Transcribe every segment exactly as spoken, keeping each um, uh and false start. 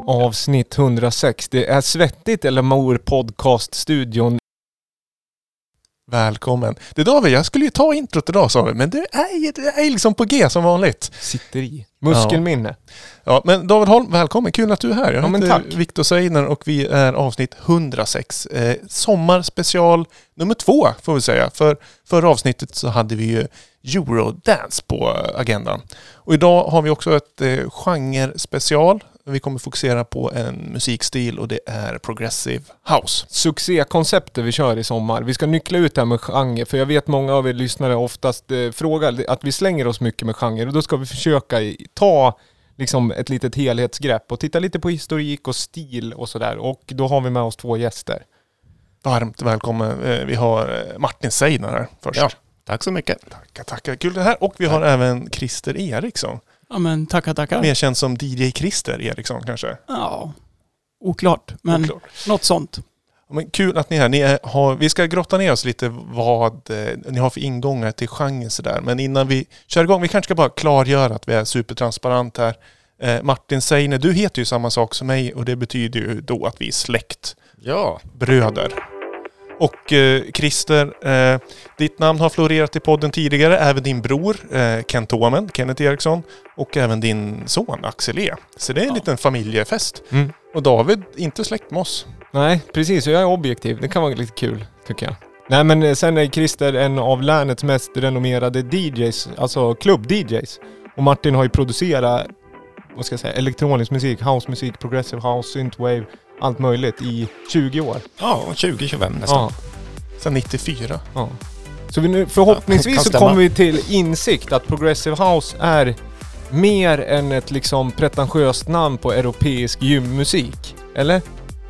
avsnitt hundrasex. Det är svettigt eller Mor podcast-studion. Välkommen. Det är David, jag skulle ju ta introt idag sa vi, men det är, det är liksom på G som vanligt. Sitter i. Muskelminne. Ja, ja men David Holm, välkommen. Kul att du är här. Jag ja, men tack. Viktor Seiner och vi är avsnitt hundrasex. Eh, sommarspecial nummer två får vi säga. För förra avsnittet så hade vi ju Eurodance på agendan. Och idag har vi också ett eh, genre-special. Vi kommer fokusera på en musikstil och det är progressive house. Succékonceptet vi kör i sommar. Vi ska nyckla ut det här med genre. För jag vet många av er lyssnare oftast eh, frågar att vi slänger oss mycket med genre. Och då ska vi försöka ta liksom, ett litet helhetsgrepp och titta lite på historik och stil och sådär. Och då har vi med oss två gäster. Varmt välkommen. Eh, vi har Martin Seiner här först. Ja, tack så mycket. Tackar, tackar. Kul det här. Och vi har även Christer Eriksson. Ja men tackar, tackar. Mer känd som D J Christer Eriksson kanske? Ja, oklart. Men Oklart. Något sånt. Ja, men kul att ni är här. Ni är, har, vi ska grotta ner oss lite vad eh, ni har för ingångar till genren sådär. Men innan vi kör igång, vi kanske ska bara klargöra att vi är supertransparent här. Eh, Martin Seiner, du heter ju samma sak som mig och det betyder ju då att vi är släkt. Ja. Bröder. Och eh, Christer, eh, ditt namn har florerat i podden tidigare. Även din bror, eh, Kent Åmen, Kenneth Eriksson. Och även din son, Axel E. Så det är en ja. liten familjefest. Mm. Och David, inte släkt med oss. Nej, precis. Jag är objektiv. Det kan vara lite kul, tycker jag. Nej, men sen är Christer en av länets mest renommerade D Js. Alltså klubb-D Js. Och Martin har ju producerat, vad ska jag säga, elektronisk musik, housemusik, progressive house, synthwave, allt möjligt i tjugo år. Ja, tjugo tjugofem nästan. Ja. Sen nittiofyra. Ja. Så vi nu, förhoppningsvis ja, så kommer vi till insikt att progressive house är mer än ett liksom pretentiöst namn på europeisk gymmusik. Eller?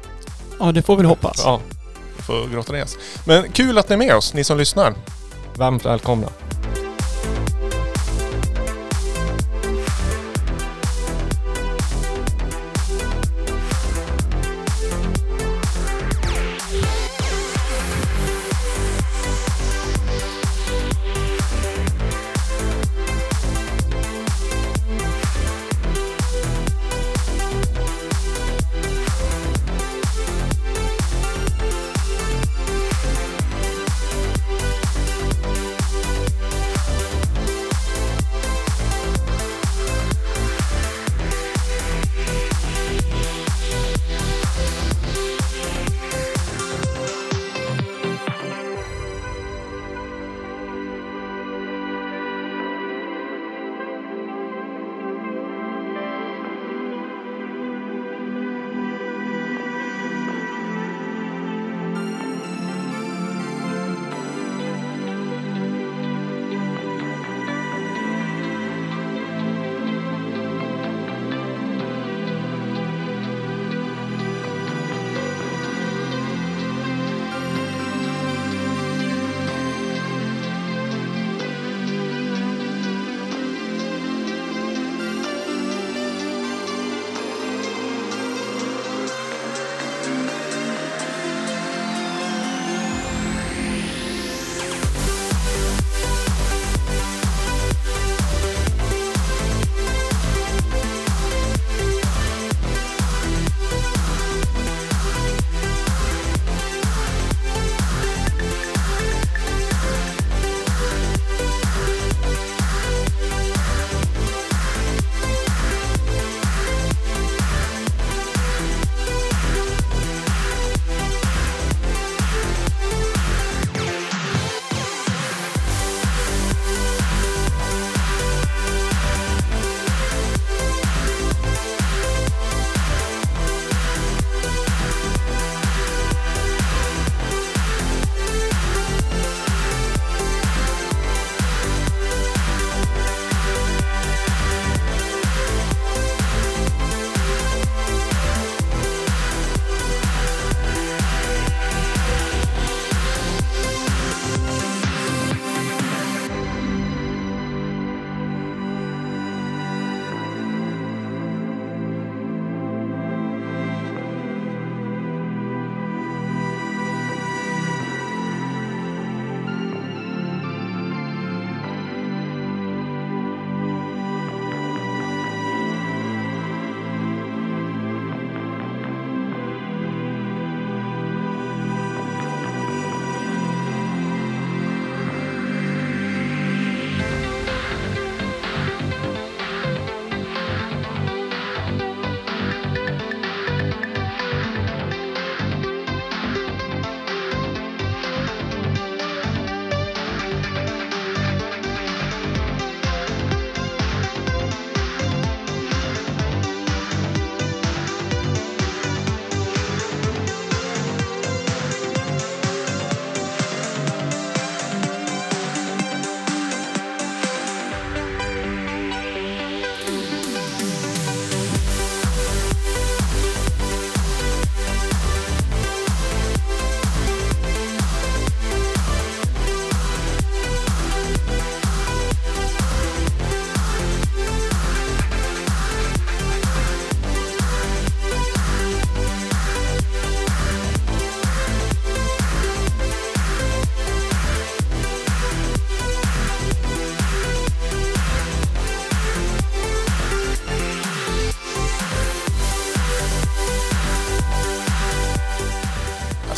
Ja, det får vi hoppas. Ja, vi får gråta ner oss. Men kul att ni är med oss, ni som lyssnar. Varmt välkomna.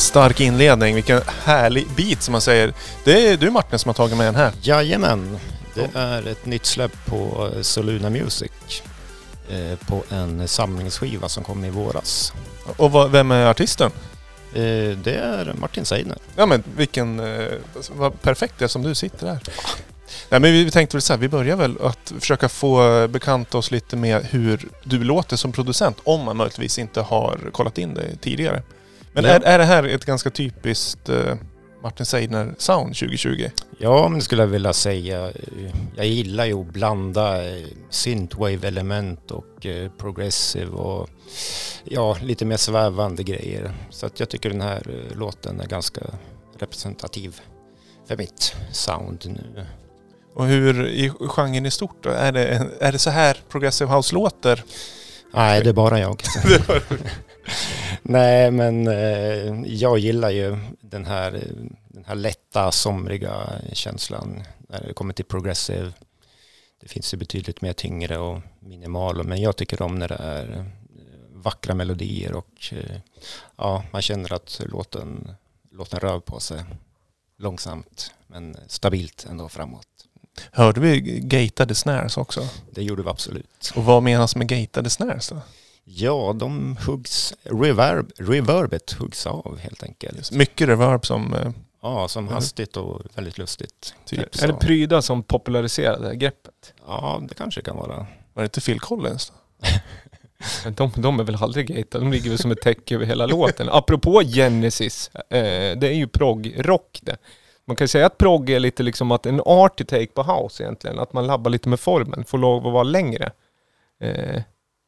stark inledning. Vilken härlig bit som man säger. Det är du Martin som har tagit med den här. Jajamän, det är ett nytt släpp på Soluna Music eh, på en samlingsskiva som kom i våras. Och vad, vem är artisten? Eh, det är Martin Seidner. Ja men vilken, eh, vad perfekt det är som du sitter där. Nej, men vi tänkte väl så här, vi börjar väl att försöka få bekanta oss lite med hur du låter som producent, om man möjligtvis inte har kollat in det tidigare. Men Ja. är, är det här ett ganska typiskt eh, Martin Seidner sound tjugo tjugo? Ja, men det skulle jag vilja säga. Jag gillar ju att blanda synthwave-element och eh, progressive och ja, lite mer svävande grejer. Så att jag tycker den här eh, låten är ganska representativ för mitt sound nu. Och hur i genren i stort då? Är det, är det så här progressive house låter? Nej, det är bara jag. Nej, men eh, jag gillar ju den här, den här lätta, somriga känslan när det kommer till progressive. Det finns ju betydligt mer tyngre och minimal, men jag tycker om när det är vackra melodier och eh, ja, man känner att låten, låten rör på sig långsamt men stabilt ändå framåt. Hörde vi gatade snares också? Det gjorde vi absolut. Och vad menas med gatade snares då? Ja, de huggs, reverb, reverbet huggs av helt enkelt. Mycket reverb som... Eh, Ja, som hastigt och väldigt lustigt. Typ så. Är det pryda som populariserade det här greppet? Ja, det kanske kan vara. var det inte Phil Collins då? Men de, de är väl aldrig gatade, de ligger väl som ett täcke över hela låten. Apropå Genesis, eh, det är ju prog-rock det. Man kan säga att prog är lite liksom att en arty take på house egentligen. Att man labbar lite med formen, får lov att vara längre. Eh,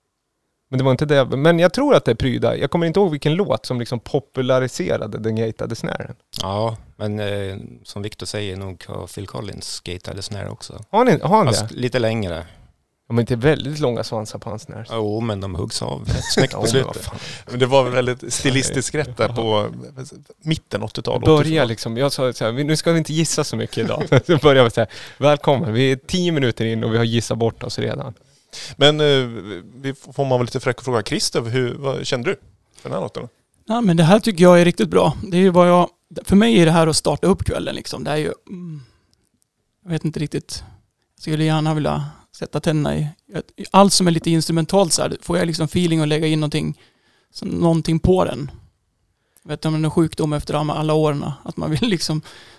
men det var inte det. Men jag tror att det är pryda. Jag kommer inte ihåg vilken låt som liksom populariserade den gatade snären. Ja, men eh, som Victor säger nog har Phil Collins gatade snare också. Har, ni, har han det? Fast lite längre. De är inte väldigt långa svansar på hans snärs. Jo, oh, men de huggs av rätt snyggt på Ja, men vad slutet. fan. Men det var väl väldigt stilistiskt rätt där på mitten åttiotalet. Börja liksom, jag sa så här, nu ska vi inte gissa så mycket idag. Så börjar vi så här, välkommen, vi är tio minuter in och vi har gissat bort oss redan. Men eh, vi får man väl lite fräck och fråga Christer, hur, vad kände du för den här låten? Ja, men det här tycker jag är riktigt bra. Det är ju vad jag, för mig är det här att starta upp kvällen liksom. Det är ju, mm, jag vet inte riktigt. Jag skulle gärna vilja sätta tänderna i. Allt som är lite instrumentalt så här, får jag liksom feeling att lägga in någonting, så någonting på den. Jag vet inte om det är en sjukdom efter alla åren. Att man vill liksom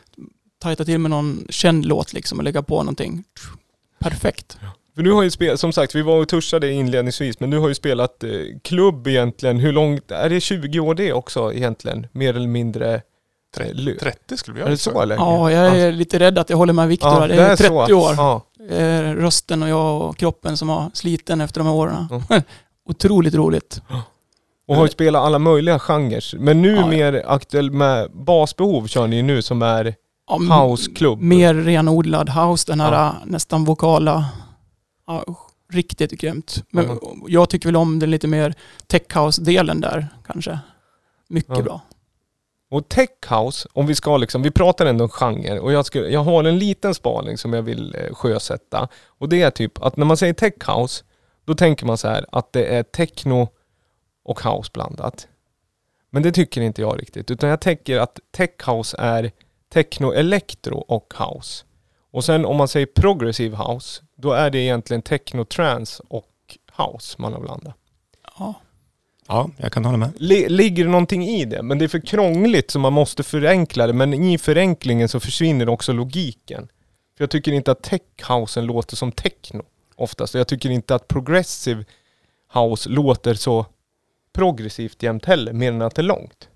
tajta till med någon känd låt liksom och lägga på någonting. Perfekt. För du har ju spelat, som sagt, vi var och tuschade inledningsvis, men du har ju spelat eh, klubb egentligen. Hur långt, är det tjugo år det också egentligen? Mer eller mindre? trettio, trettio skulle vi göra. Är det så eller? Ja, jag är lite rädd att jag håller med Victor. Ja, det är trettio så. år. Ja. Eh, rösten och jag och kroppen som har sliten efter de här åren. Ja. Otroligt roligt. Och har ju spelat alla möjliga genrer. Men nu Ja, ja. mer aktuell med basbehov kör ni nu som är Ja, house-klubb. Mer renodlad house, den här Ja. nästan vokala. Ja, riktigt grymt. Men Mm. jag tycker väl om den lite mer tech house-delen där kanske. Mycket Ja. bra. Och tech house, om vi ska liksom, vi pratar ändå om genre och jag, skulle, jag har en liten spaning som jag vill eh, sjösätta. Och det är typ att när man säger tech house, då tänker man så här att det är techno och house blandat. Men det tycker inte jag riktigt, utan jag tänker att tech house är techno, elektro och house. Och sen om man säger progressive house, då är det egentligen techno, trance och house man har blandat. Ja. Ja, jag kan hålla med. Li- ligger det någonting i det? Men det är för krångligt så man måste förenkla det. Men i förenklingen så försvinner också logiken. För jag tycker inte att tech housen låter som techno oftast. Jag tycker inte att progressive house låter så progressivt jämt heller, mer än att det är långt.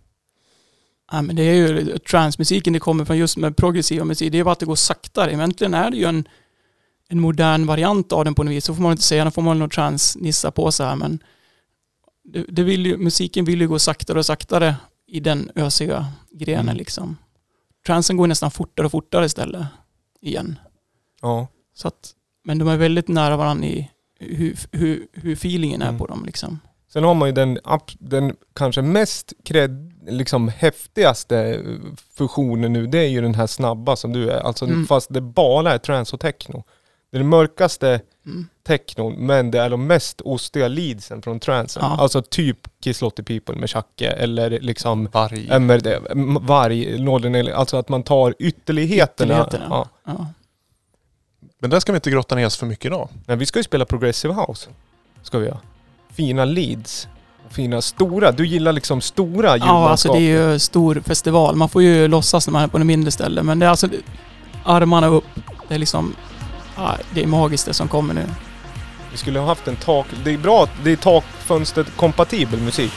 Ja, men det är ju transmusiken, det kommer från just med progressiva musik. Det är ju bara att det går saktare. Egentligen är det ju en, en modern variant av den på något vis. Så får man inte säga, då får man nog trans-nissa på så här. Men det, det vill ju, musiken vill ju gå saktare och saktare i den ösiga grenen Mm. liksom. Transen går nästan fortare och fortare istället igen. Ja. Så att, men de är väldigt nära varandra i hur, hur, hur feelingen är Mm. på dem liksom. Sen har man ju den, den kanske mest kred, liksom häftigaste fusionen nu, det är ju den här snabba som du är. Alltså Mm. fast det bara är trance och techno. Det är den mörkaste Mm. technon, men det är de mest ostiga leadsen från transen. Ja. Alltså typ Kiss Lot the People med Chacke eller liksom Varg. M R D, Varg, Northern Alien, alltså att man tar ytterligheterna. Ytterligheterna. Ja. Ja. Men där ska vi inte grotta ner oss för mycket idag. Men vi ska ju spela Progressive House. Ska vi göra. Fina leads. Fina stora. Du gillar liksom stora ljudlandskap. Ja, alltså det är ju stor festival. Man får ju låtsas när man är på en mindre ställe. Men det är alltså armarna upp. Det är liksom, ja, det är magiskt det som kommer nu. Vi skulle ha haft en tak. Det är bra att det är takfönstret kompatibel musik.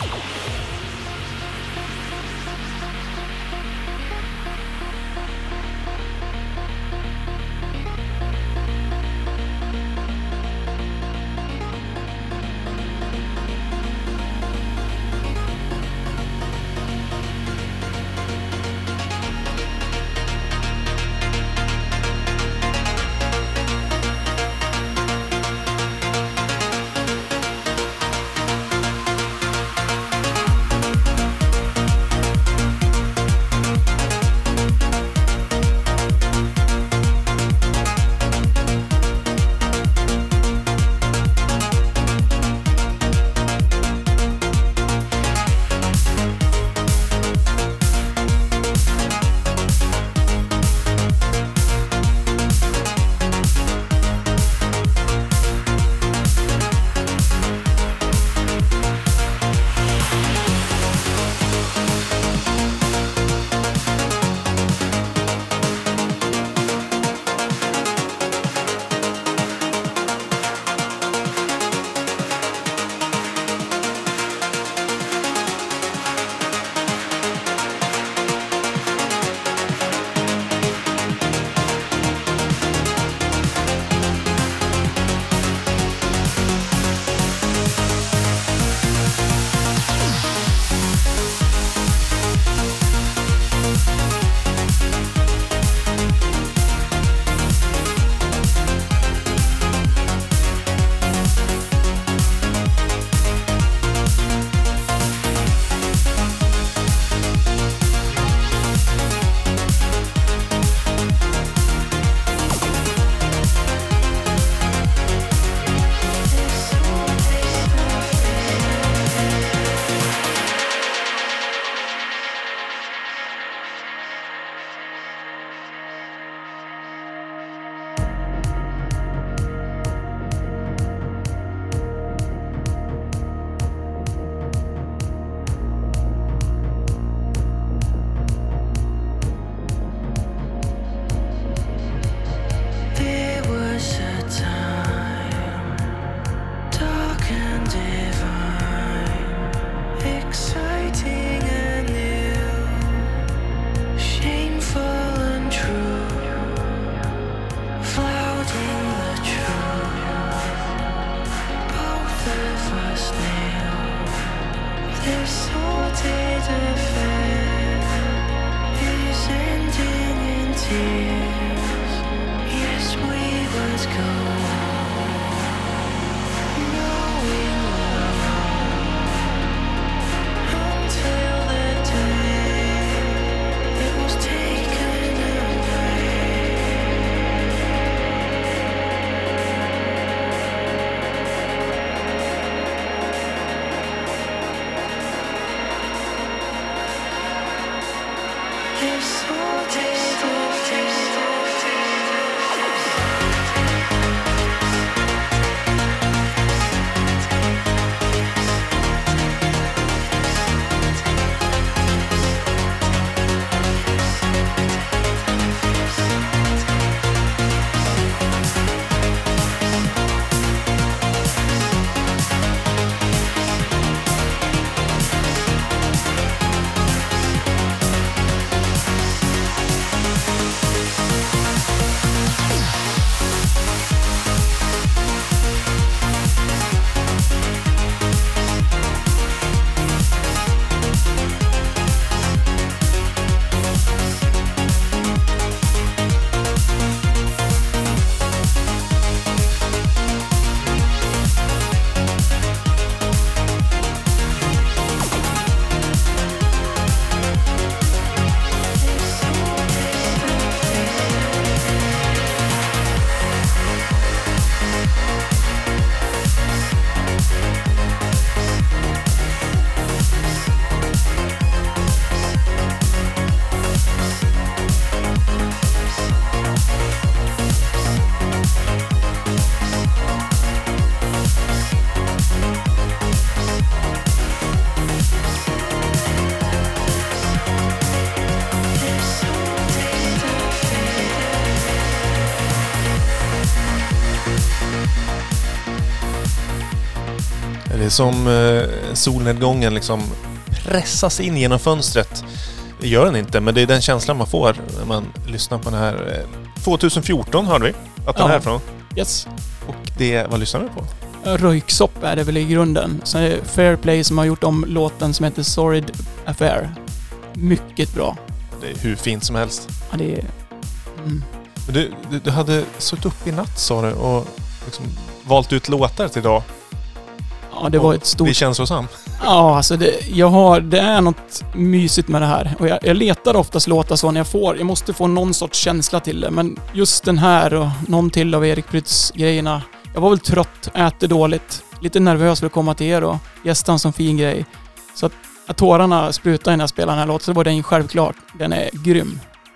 Det är som eh, solnedgången liksom pressas in genom fönstret. Det gör den inte, men det är den känslan man får när man lyssnar på den här. Eh, tjugohundrafjorton hörde vi att den Ja. är från. Yes. Och det, vad lyssnar vi på? Röyksopp är det väl i grunden. Sen är det Fairplay som har gjort om låten som heter Sordid Affair. Mycket bra. Det är hur fint som helst. Ja, det är... Mm. Men Du, du, du hade suttit upp i natt, sa du, och liksom valt ut låtar till idag. Ja, det var ett stort... Det känns så sam. Ja, alltså det, jag har, det är något mysigt med det här. Och jag, jag letar oftast låtar så när jag får. Jag måste få någon sorts känsla till det. Men just den här och någon till av Erik Prytz grejerna. Jag var väl trött, äter dåligt. Lite nervös för att komma till er och gästa en sån fin grej. Så att, att tårarna sprutade när jag spelade den här låten, så var den självklart. Den är grym.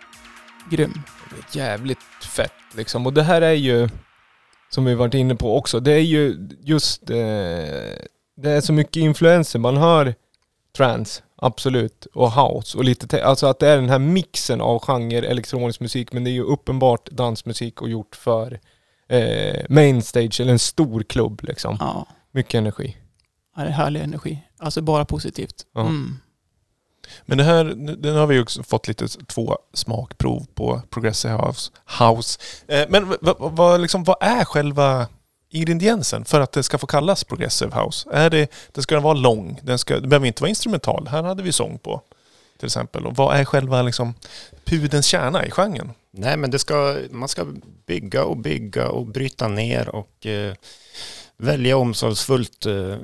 Grym. Det är jävligt fett liksom. Och det här är ju, som vi varit inne på också, det är ju just eh, det är så mycket influenser. Man hör trance, absolut, och house och lite te- alltså att det är den här mixen av genre elektronisk musik, men det är ju uppenbart dansmusik och gjort för eh, main stage eller en stor klubb liksom. Ja, Mycket energi. ja, det är härlig energi. Alltså bara positivt. Ja. Mm. Men det här, den har vi ju också fått lite två smakprov på Progressive House. house. Eh, men vad, vad, liksom, vad är själva ingrediensen för att det ska få kallas Progressive House? Är det, det ska vara lång, den ska, det behöver inte vara instrumental. Här hade vi sång på till exempel. Och vad är själva liksom, pudens kärna i genren? Nej, men det ska, man ska bygga och bygga och bryta ner och eh, välja omsorgsfullt eh,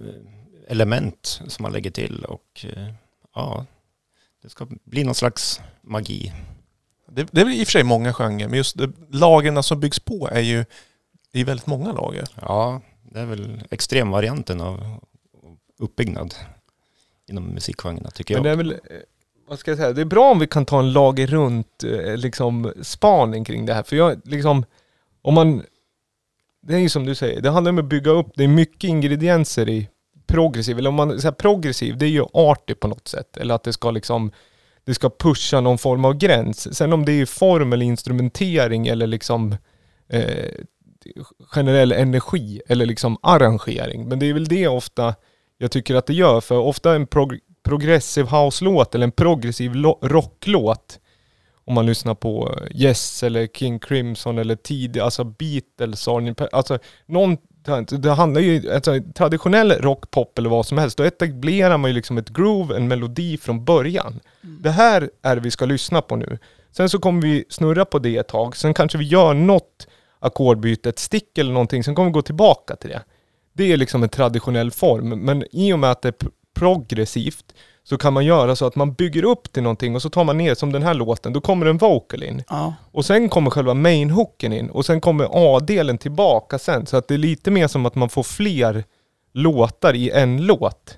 element som man lägger till. Och eh, ja, det ska bli någon slags magi. Det, det är i och för sig många genrer, men just det, lagerna som byggs på är ju det är väldigt många lager. Ja, det är väl extremvarianten av uppbyggnad inom musikgenrerna, tycker Men jag. det är väl, eh, vad ska jag säga, det är bra om vi kan ta en lager runt eh, liksom spaning kring det här. För jag liksom, om man, det är ju som du säger, det handlar om att bygga upp, det är mycket ingredienser i progressiv, eller om man säger progressiv, det är ju arty på något sätt. Eller att det ska liksom, det ska pusha någon form av gräns. Sen om det är form eller instrumentering eller liksom eh, generell energi eller liksom arrangering. Men det är väl det ofta jag tycker att det gör. För ofta en prog- progressive house-låt eller en progressiv lo- rocklåt, om man lyssnar på Yes eller King Crimson eller tidig, alltså Beatles, alltså någon, det handlar ju, alltså traditionell rock, pop eller vad som helst, då etablerar man ju liksom ett groove, en melodi från början. Mm. Det här är det vi ska lyssna på nu. Sen så kommer vi snurra på det ett tag, sen kanske vi gör något ackordbyte, ett stick eller någonting, sen kommer vi gå tillbaka till det. Det är liksom en traditionell form, men i och med att det är progressivt så kan man göra så att man bygger upp till någonting och så tar man ner, som den här låten, då kommer en vocal in. Ja. Och sen kommer själva main-hooken in och sen kommer A-delen tillbaka sen. Så att det är lite mer som att man får fler låtar i en låt.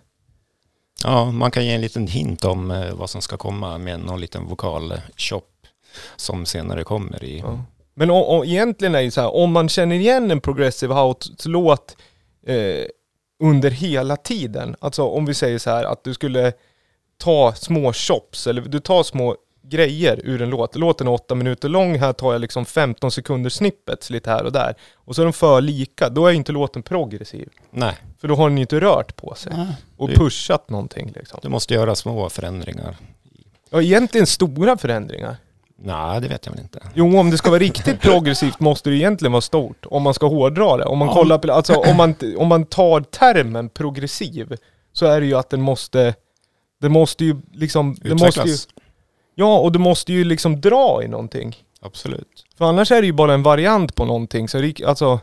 Ja, man kan ge en liten hint om eh, vad som ska komma med någon liten vokal-chop som senare kommer i... Ja. Men och, och egentligen är det så här, om man känner igen en progressive house-låt eh, under hela tiden, alltså om vi säger så här att du skulle ta små chops eller du tar små grejer ur en låt. Låten är åtta minuter lång, här tar jag liksom femton sekunder snippets lite här och där. Och så är de för lika, då är inte låten progressiv. Nej. För då har den ju inte rört på sig. Ja. Och pushat någonting liksom. Du måste göra små förändringar. Ja, egentligen stora förändringar. Nej, det vet jag väl inte. Jo, om det ska vara riktigt progressivt måste det egentligen vara stort. Om man ska hårdra det. Om man Ja. kollar på, alltså om man, om man tar termen progressiv, så är det ju att den måste, det måste ju liksom, det måste ju, Utvecklas. ja, och du måste ju liksom dra i någonting. Absolut. För annars är det ju bara en variant på någonting. Så rik, alltså,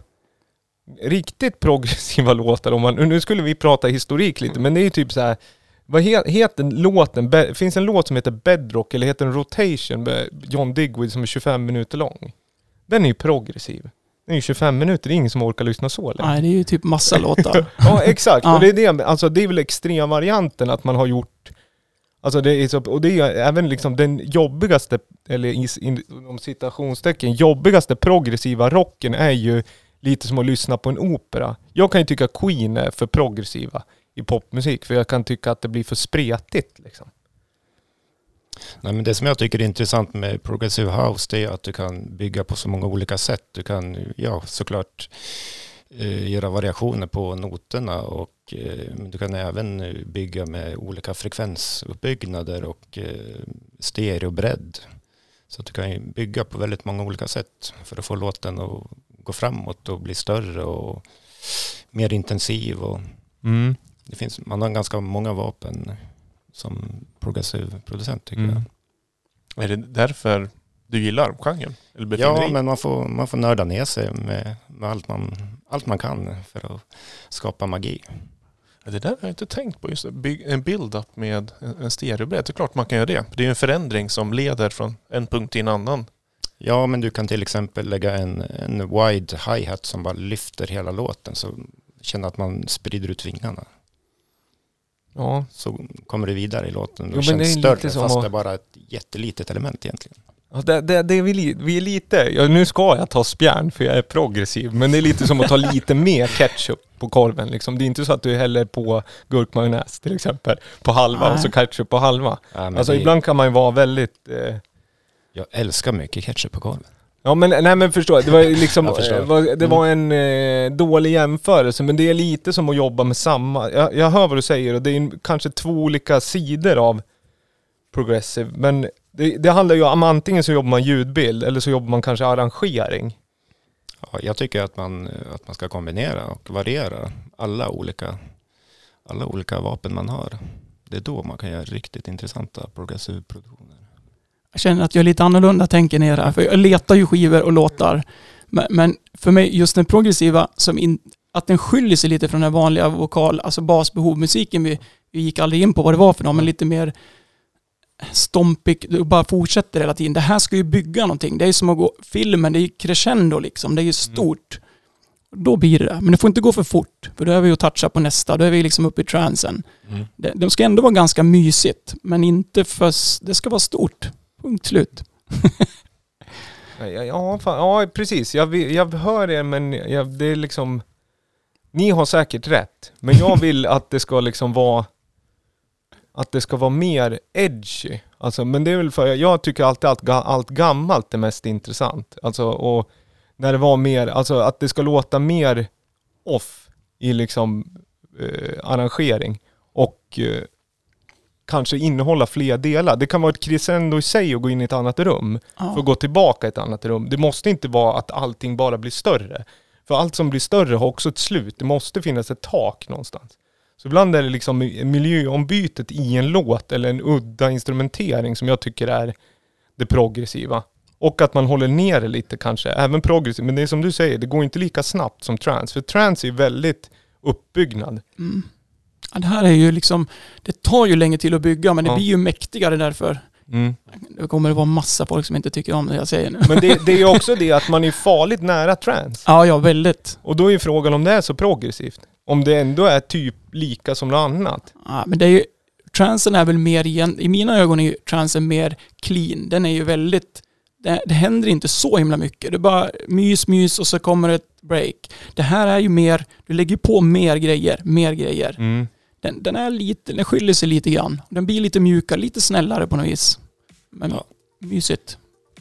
riktigt progressiva låtar, om man, nu skulle vi prata historik lite, men det är ju typ så här. Vad he, heter låten? Be, finns en låt som heter Bedrock eller heter en Rotation med John Digweed som är tjugofem minuter lång. Den är ju progressiv. Den är ju tjugofem minuter, det är ingen som orkar lyssna så länge. Nej, det är ju typ massa låtar. Ja, exakt. Ja. Och det är, det, alltså, det är väl extremvarianten att man har gjort... Alltså det är så, och det är även liksom den jobbigaste, eller inom citationstecken, jobbigaste progressiva rocken är ju lite som att lyssna på en opera. Jag kan ju tycka Queen är för progressiva i popmusik, för jag kan tycka att det blir för spretigt liksom. Nej, men det som jag tycker är intressant med Progressive House, det är att du kan bygga på så många olika sätt. Du kan, ja, såklart eh, göra variationer på noterna och eh, du kan även bygga med olika frekvensuppbyggnader och eh, stereobredd. Så att du kan ju bygga på väldigt många olika sätt för att få låten att gå framåt och bli större och mer intensiv. Och Mm. det finns, man har ganska många vapen som progressiv producent tycker Mm. jag. Är det därför du gillar genren? Eller befinner Ja, dig i? men man får, man får nörda ner sig med, med allt, man, allt man kan för att skapa magi. Ja, det där har jag inte tänkt på. Just det. Bygg, en build-up med en, en stereobredd. Det är klart man kan göra det. Det är en förändring som leder från en punkt till en annan. Ja, men du kan till exempel lägga en, en wide hi-hat som bara lyfter hela låten så känner att man sprider ut vingarna. Ja. Så kommer det vidare i låten och Jo, men känns det är större lite som fast att- det är bara ett jättelitet element egentligen. Ja, det, det, det är vi, li, vi är lite, ja, nu ska jag ta spjärn för jag är progressiv, men det är lite som att ta lite mer ketchup på korven. Liksom. Det är inte så att du häller på gurkmajonnäs till exempel på halva Nej. och så ketchup på halva. Ja, men Alltså det, ibland kan man ju vara väldigt... Eh, Jag älskar mycket ketchup på korven. ja men nej men förstå, det var ju liksom, Jag förstår. eh, var, det var en eh, dålig jämförelse, men det är lite som att jobba med samma. Jag, jag hör vad du säger och det är en, kanske två olika sidor av progressive, men det, det handlar ju om antingen så jobbar man ljudbild eller så jobbar man kanske arrangering. Ja, jag tycker att man, att man ska kombinera och variera alla olika, alla olika vapen man har. Det är då man kan göra riktigt intressanta progressiva produktioner. Jag känner att jag är lite annorlunda tänker ner här. För jag letar ju skivor och låtar. Men, men för mig, just den progressiva, som in, att den skiljer sig lite från den vanliga vokal, alltså basbehovmusiken. Vi, vi gick aldrig in på vad det var för något, men lite mer stompig, du bara fortsätter hela tiden. Det här ska ju bygga någonting. Det är som att gå, filmen, det är ju crescendo liksom. Det är ju stort. Då blir det det. Men det får inte gå för fort. För då är vi och touchar på nästa. Då är vi liksom uppe i transen. Mm. Det, de ska ändå vara ganska mysigt. Men inte för... Det ska vara stort. Punkt slut. Ja, ja, fan, ja precis. Jag, vill- jag hör det, men jag, det är liksom... Ni har säkert rätt. Men jag vill att det ska liksom vara... Att det ska vara mer edgy. Alltså, men det är väl för... Jag tycker alltid att ga- allt gammalt är mest intressant. Alltså, och när det var mer... Alltså att det ska låta mer off i liksom eh, arrangering. Och... Eh, kanske innehålla fler delar. Det kan vara ett crescendo i sig och gå in i ett annat rum. Ja. För att gå tillbaka i ett annat rum. Det måste inte vara att allting bara blir större. För allt som blir större har också ett slut. Det måste finnas ett tak någonstans. Så ibland är det liksom miljöombytet i en låt eller en udda instrumentering som jag tycker är det progressiva. Och att man håller ner det lite kanske. Även progressivt. Men det är som du säger, det går inte lika snabbt som trance. För trance är väldigt uppbyggnad. Mm. Ja, det här är ju liksom... Det tar ju länge till att bygga, men det Ja. blir ju mäktigare därför. Mm. Det kommer att vara massa folk som inte tycker om det jag säger nu. Men det, det är ju också det att man är farligt nära trance. Ja, ja, väldigt. Och då är frågan om det är så progressivt. Om det ändå är typ lika som något annat. Ja, men det är ju... Transen är väl mer igen... I mina ögon är ju transen mer clean. Den är ju väldigt... Det, det händer inte så himla mycket. Det är bara mys, mys och så kommer ett break. Det här är ju mer... Du lägger på mer grejer. Mer grejer. Mm. Den, den är lite... Den skiljer sig lite grann. Den blir lite mjukare, lite snällare på något vis. Men Ja. mysigt.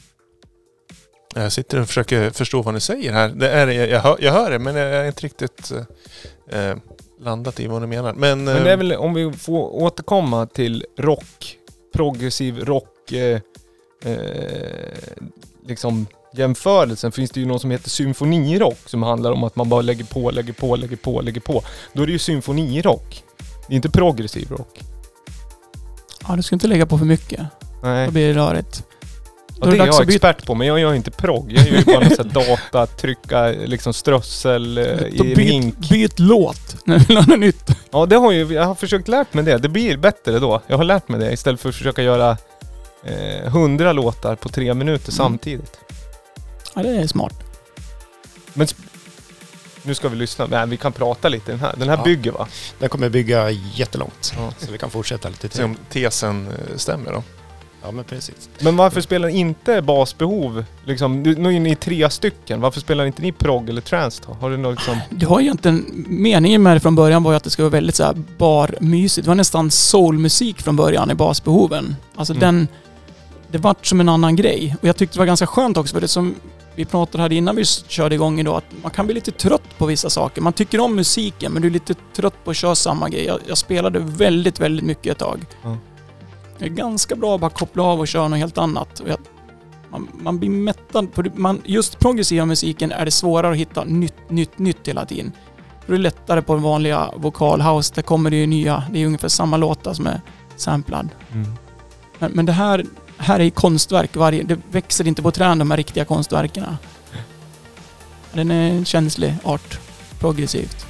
Jag sitter och försöker förstå vad ni säger här. Det är, jag, jag, hör, jag hör det, men jag är inte riktigt eh, landat i vad ni menar. Men, Men det är väl, om vi får återkomma till rock, progressiv rock, eh, eh, liksom jämförelsen, finns det ju något som heter symfonirock som handlar om att man bara lägger på, lägger på, lägger på, lägger på. Då är det ju symfonirock. Det är inte progressiv rock. Ja, du ska inte lägga på för mycket. Nej. Då blir det rörigt. Ja, Då är det det är dags jag att byta. expert på, men jag gör inte progg. Jag gör ju bara något sånt här data, trycka liksom strössel eh, Då i byt, mink. byt låt när du vill ha något nytt. Ja, det har ju, jag har försökt lärt mig det. Det blir bättre då. Jag har lärt mig det istället för att försöka göra eh, hundra låtar på tre minuter Mm. samtidigt. Ja, det är smart. Men sp- nu ska vi lyssna. Nej, vi kan prata lite den här. Den här Ja. bygger va? Den kommer bygga jättelångt. Ja. Så vi kan fortsätta lite se till. om tesen eh, stämmer då. Ja, men precis. Men varför spelar inte basbehov liksom, nu nu är ni tre stycken. Varför spelar inte ni prog eller trance då? Har du något liksom... Det var egentligen... Meningen med det från början var ju att det skulle vara väldigt så här barmysigt. Det var nästan soulmusik från början i basbehoven. Alltså Mm. den... Det vart som en annan grej. Och jag tyckte det var ganska skönt också för det som... vi pratade här innan vi körde igång idag, att man kan bli lite trött på vissa saker. Man tycker om musiken, men du är lite trött på att köra samma grej. Jag, jag spelade väldigt, väldigt mycket ett tag. Mm. Det är ganska bra att bara koppla av och köra något helt annat. Och jag, man, man blir mättad på det. Man, just progressiva musiken är det svårare att hitta nytt, nytt, nytt hela tiden. Det är lättare på den vanliga vokalhouse. Där kommer det ju nya, det är ungefär samma låtar som är samplad. Mm. Men, men det här, här är konstverk. Varje, det växer inte på trän, de här riktiga konstverken. Den är en känslig art, progressivt.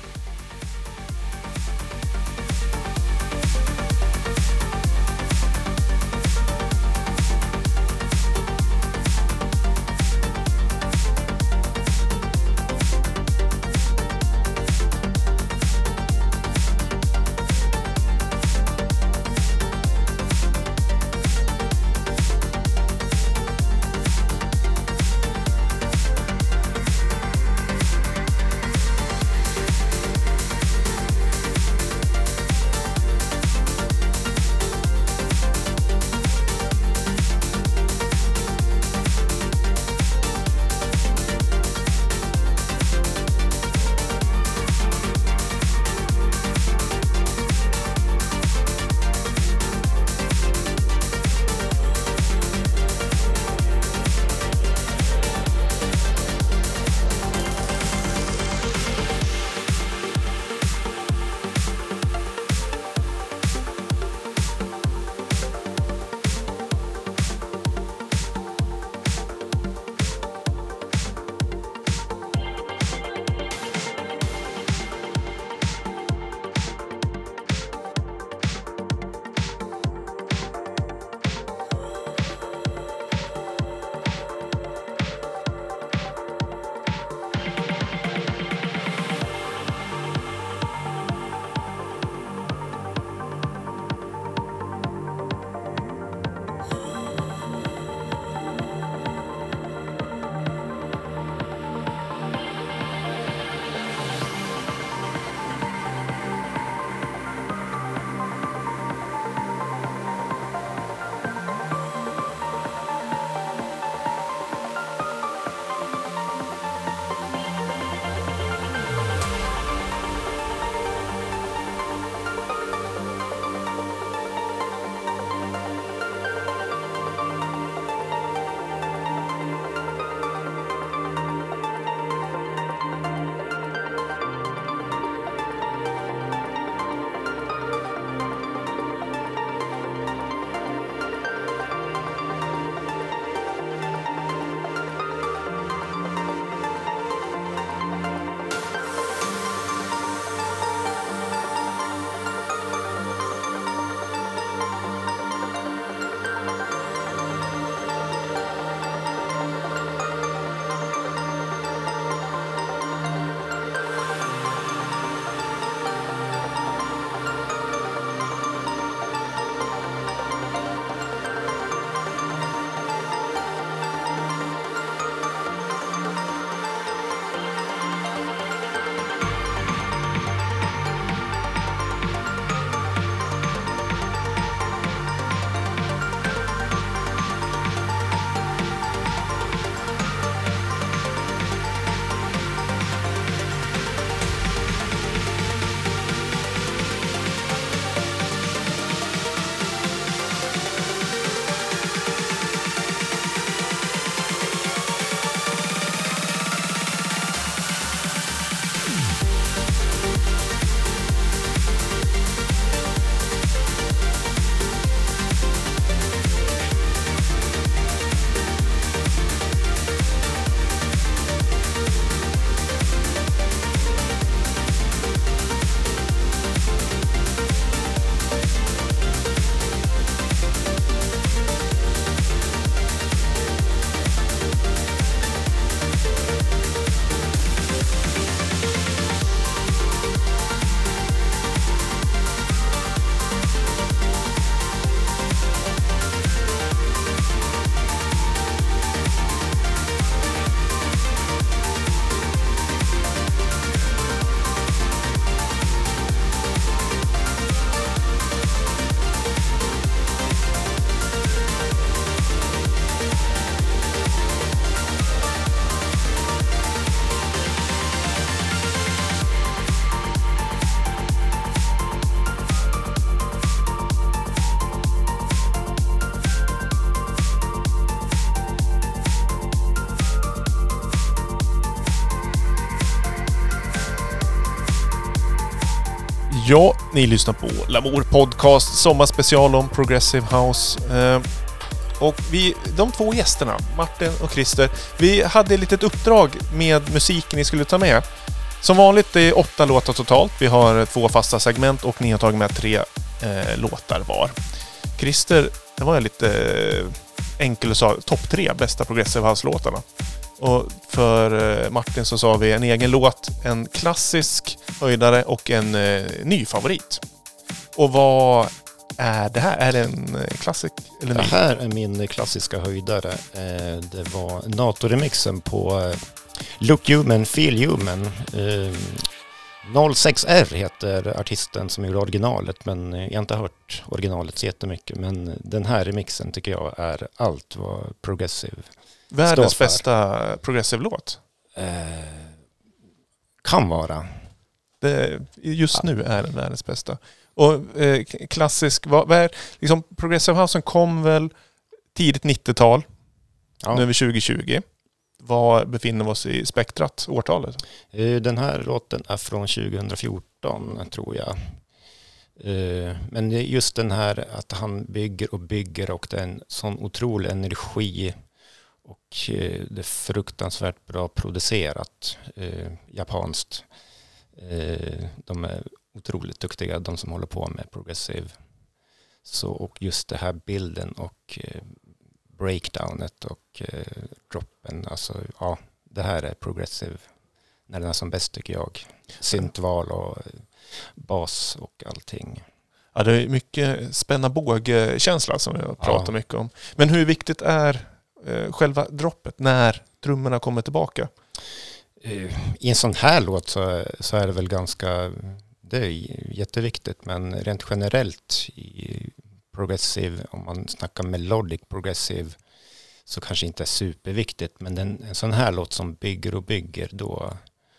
Ja, ni lyssnar på Lamour Podcast, sommarspecial om Progressive House. Eh, och vi, de två gästerna, Martin och Christer, vi hade ett litet uppdrag med musiken ni skulle ta med. Som vanligt är det åtta låtar totalt. Vi har två fasta segment och ni har tagit med tre eh, låtar var. Christer, det var lite eh, enkel och sa topp tre bästa Progressive House-låtarna. Och för eh, Martin så sa vi en egen låt, en klassisk höjdare och en eh, ny favorit. Och vad är det här? Är det en klassik eller ny? Det här är min klassiska höjdare. Eh, det var NATO-remixen på eh, Look Human, Feel Human. Eh, noll sex R heter artisten som gjorde originalet, men jag har inte hört originalet så jättemycket. Men den här remixen tycker jag är allt vad Progressive Världens bästa Progressive-låt? Eh, kan vara. Det, just nu är den världens bästa. Och eh, klassisk, vad, vad är, liksom, Progressive Housen kom väl tidigt nittiotal. Ja. Nu är vi tjugo tjugo. Var befinner vi oss i spektrat, årtalet? Den här låten är från tjugo fjorton, tror jag. Men just den här att han bygger och bygger och det är en sån otrolig energi och det är fruktansvärt bra producerat, japanskt. De är otroligt duktiga, de som håller på med Progressive. Så, och just det här bilden och breakdownet och eh, droppen, alltså ja, det här är Progressive när den är som bäst tycker jag. Syntval och bas och allting. Ja, det är mycket spänna båg-känsla som jag pratar ja. mycket om. Men hur viktigt är eh, själva droppet när trummorna kommer tillbaka? I en sån här låt så, så är det väl ganska, det är jätteviktigt, men rent generellt i Progressive, om man snackar melodic progressive, så kanske inte är superviktigt, men den, en sån här låt som bygger och bygger, då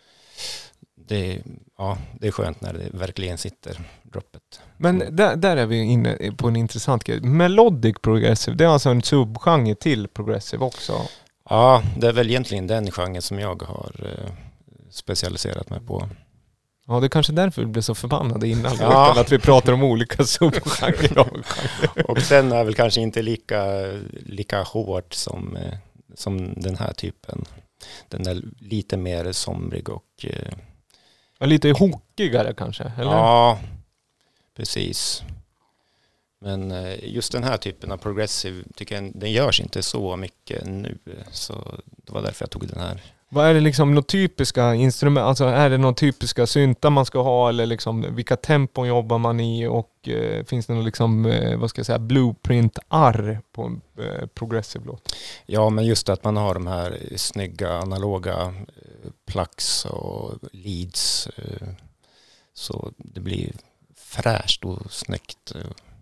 det, ja, det är skönt när det verkligen sitter droppet. Men där, där är vi inne på en intressant grej. Melodic progressive, det är alltså en subgenre till progressive också? Ja, det är väl egentligen den genren som jag har eh, specialiserat mig på. Ja, det är kanske därför vi blev så förbannade innan. Ja. Att vi pratar om olika subgenrer. Och den är väl kanske inte lika, lika hård som, som den här typen. Den är lite mer somrig och... Ja, lite hockigare kanske, eller? Ja, precis. Men just den här typen av progressive tycker jag, den görs inte så mycket nu. Så det var därför jag tog den här. Vad är det liksom några typiska instrument, alltså är det några typiska syntar man ska ha, eller liksom vilka tempon jobbar man i, och eh, finns det någon liksom, eh, vad ska jag säga, blueprint-arr på en eh, progressive låt? Ja, men just att man har de här snygga analoga eh, plugs och leads, eh, så det blir fräscht och snyggt.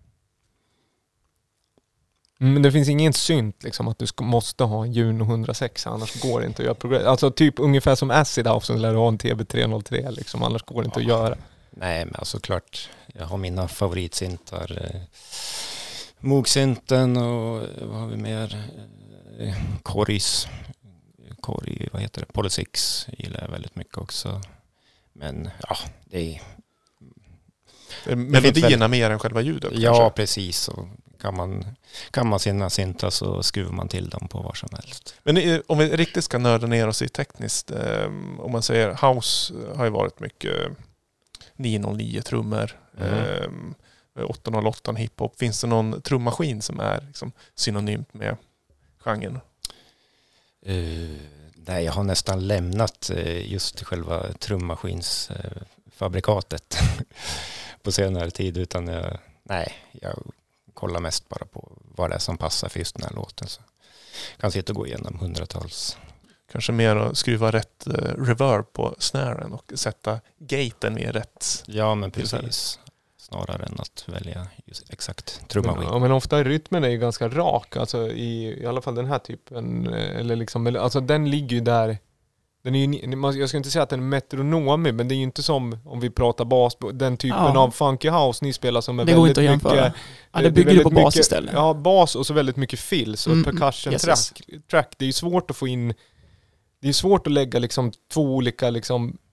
Men det finns ingen synt liksom att du ska, måste ha en Juno hundrasex, annars går det inte att göra progress. Alltså typ ungefär som Acid House som lär ha en T B tre noll tre liksom, annars går det inte ja. att göra. Nej, men alltså klart, jag har mina favoritsyntar. Eh, Moog-synten och vad har vi mer? Eh, Korys. Korg, vad heter det? Polysix gillar jag väldigt mycket också. Men ja, det är... Det är melodierna mer än själva ljudet? Ja, kanske? Precis. Och kan man, kan man sina syntar så skruvar man till dem på var som helst. Men om vi riktigt ska nörda ner oss i tekniskt, eh, om man säger house har ju varit mycket nio noll nio trummor, mm. eh, åtta noll åtta hiphop. Finns det någon trummaskin som är liksom synonymt med genren? Uh, nej, jag har nästan lämnat uh, just själva trummaskinsfabrikatet uh, på senare tid, utan jag, nej, jag kollar mest bara på vad det är som passar för just den här låten. Så jag kan sitta och gå igenom hundratals. Kanske mer att skruva rätt uh, reverb på snaren och sätta gaten med rätt. Ja, men precis. Snarare än att välja just exakt trummaskin. Ja, men ofta rytmen är ju ganska rak, alltså i, i alla fall den här typen, eller liksom, alltså den ligger ju där. Den är ju, jag ska inte säga att den är metronomig, men det är ju inte som om vi pratar bas, den typen ja. av funky house ni spelar som är det väldigt mycket... mycket... Ja, det bygger det på bas mycket, istället. Ja, bas och så väldigt mycket fills och mm, percussion yes, track, yes. track. Det är ju svårt att få in, det är svårt att lägga liksom två olika liksom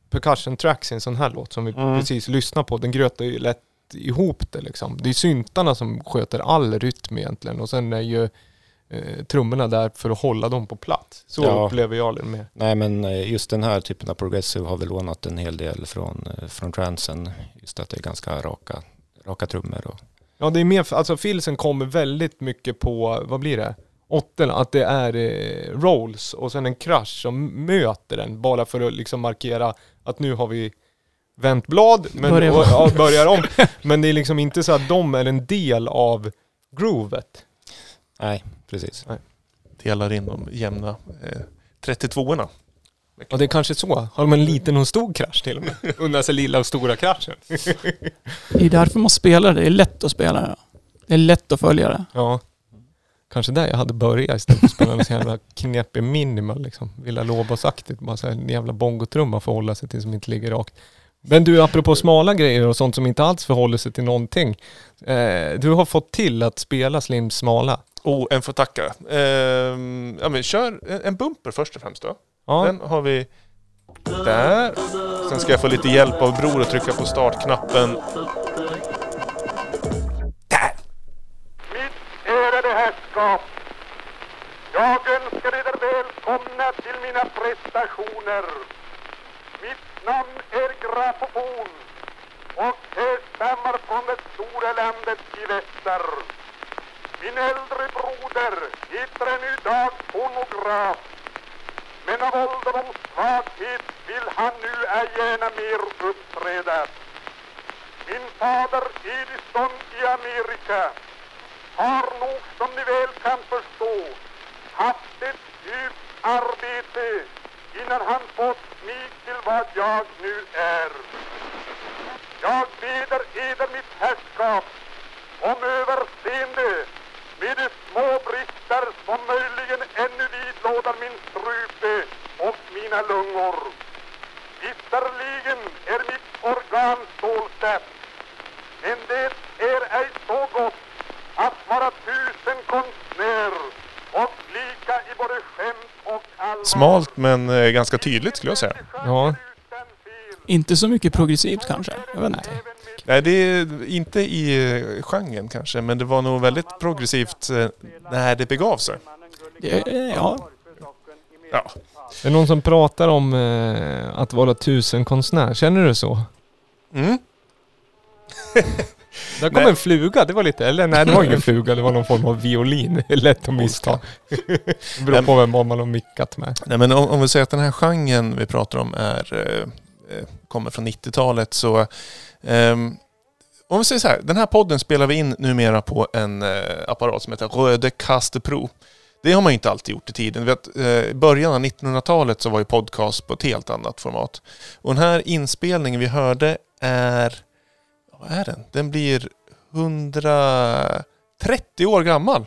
percussion tracks i en sån här låt som vi Mm. precis lyssnar på. Den grötar ju lätt ihop det liksom. Det är syntarna som sköter all rytm egentligen. Och sen är ju eh, trummorna där för att hålla dem på plats. Så Ja. upplever jag det med. Nej, men eh, just den här typen av progressive har vi lånat en hel del från, eh, från transen. Just att det är ganska raka, raka trummor. Och... Ja, det är mer, alltså filsen kommer väldigt mycket på, vad blir det? Åttorna, att det är eh, rolls och sen en krasch som möter den bara för att liksom markera att nu har vi vänt blad men, Börjar och, om. ja, börjar om. Men det är liksom inte så att de är en del av groovet. Nej, precis. Delar in de jämna eh, trettiotvåorna. Och det är kanske så. Har de en liten och en stor krasch till och med? Undrar sig lilla och stora kraschen. Det är därför man spelar det. Det är lätt att spela det. Det är lätt att följa det. Ja. Kanske där jag hade börjat istället för att spela en så jävla knepig minimal liksom. Villa Lobos-aktigt. Bara så här en jävla bongotrumma för att hålla sig till som inte ligger rakt. Men du, apropå smala grejer och sånt som inte alls förhåller sig till någonting. Eh, du har fått till att spela Slims smala. Oh, en får tacka. Eh, ja, men kör en, en bumper först och främst då. Ja. Den har vi där. Sen ska jag få lite hjälp av Bror att trycka på startknappen. Mitt ärade herrskap, jag önskar er välkomna till mina prestationer. Mitt namn är Graffofon och härstammar från det stora landet i väster. Min äldre broder heter än idag fonograf, men av ålderdoms svaghet vill han nu ej gärna mer uppträda. Min fader Edison i Amerika har nog, som ni väl kan förstå, haft ett djupt arbete innan han fått mig till vad jag nu är. Jag beder eder mitt herrskap om överseende med de små brister som möjligen ännu vidlådar min strupe och mina lungor. Visserligen är mitt organ stålsatt, men det är ej så gott att vara tusen konstnär och lika i både skämt och allvar. Smalt men eh, ganska tydligt skulle jag säga. Ja. Inte så mycket progressivt kanske. Jag vet inte. Nej, det är inte i eh, genren kanske, men det var nog väldigt progressivt eh, när det begav sig. Det, ja, Ja. Det är någon som pratar om eh, att vara tusenkonstnär. Känner du så? Mm. Där kom Nej. en fluga, det var lite, eller nej det var ingen fluga, det var någon form av violin. Lätt att missta. Det beror på vem man har mickat med. Nej, men om, om vi säger att den här genren vi pratar om är, eh, kommer från nittiotalet så eh, om vi säger så här, den här podden spelar vi in numera på en eh, apparat som heter Rodecaster Pro. Det har man ju inte alltid gjort i tiden. Vi vet, eh, I början av nittonhundratalet så var ju podcast på ett helt annat format. Och den här inspelningen vi hörde är, vad är den? Den blir hundratrettio år gammal.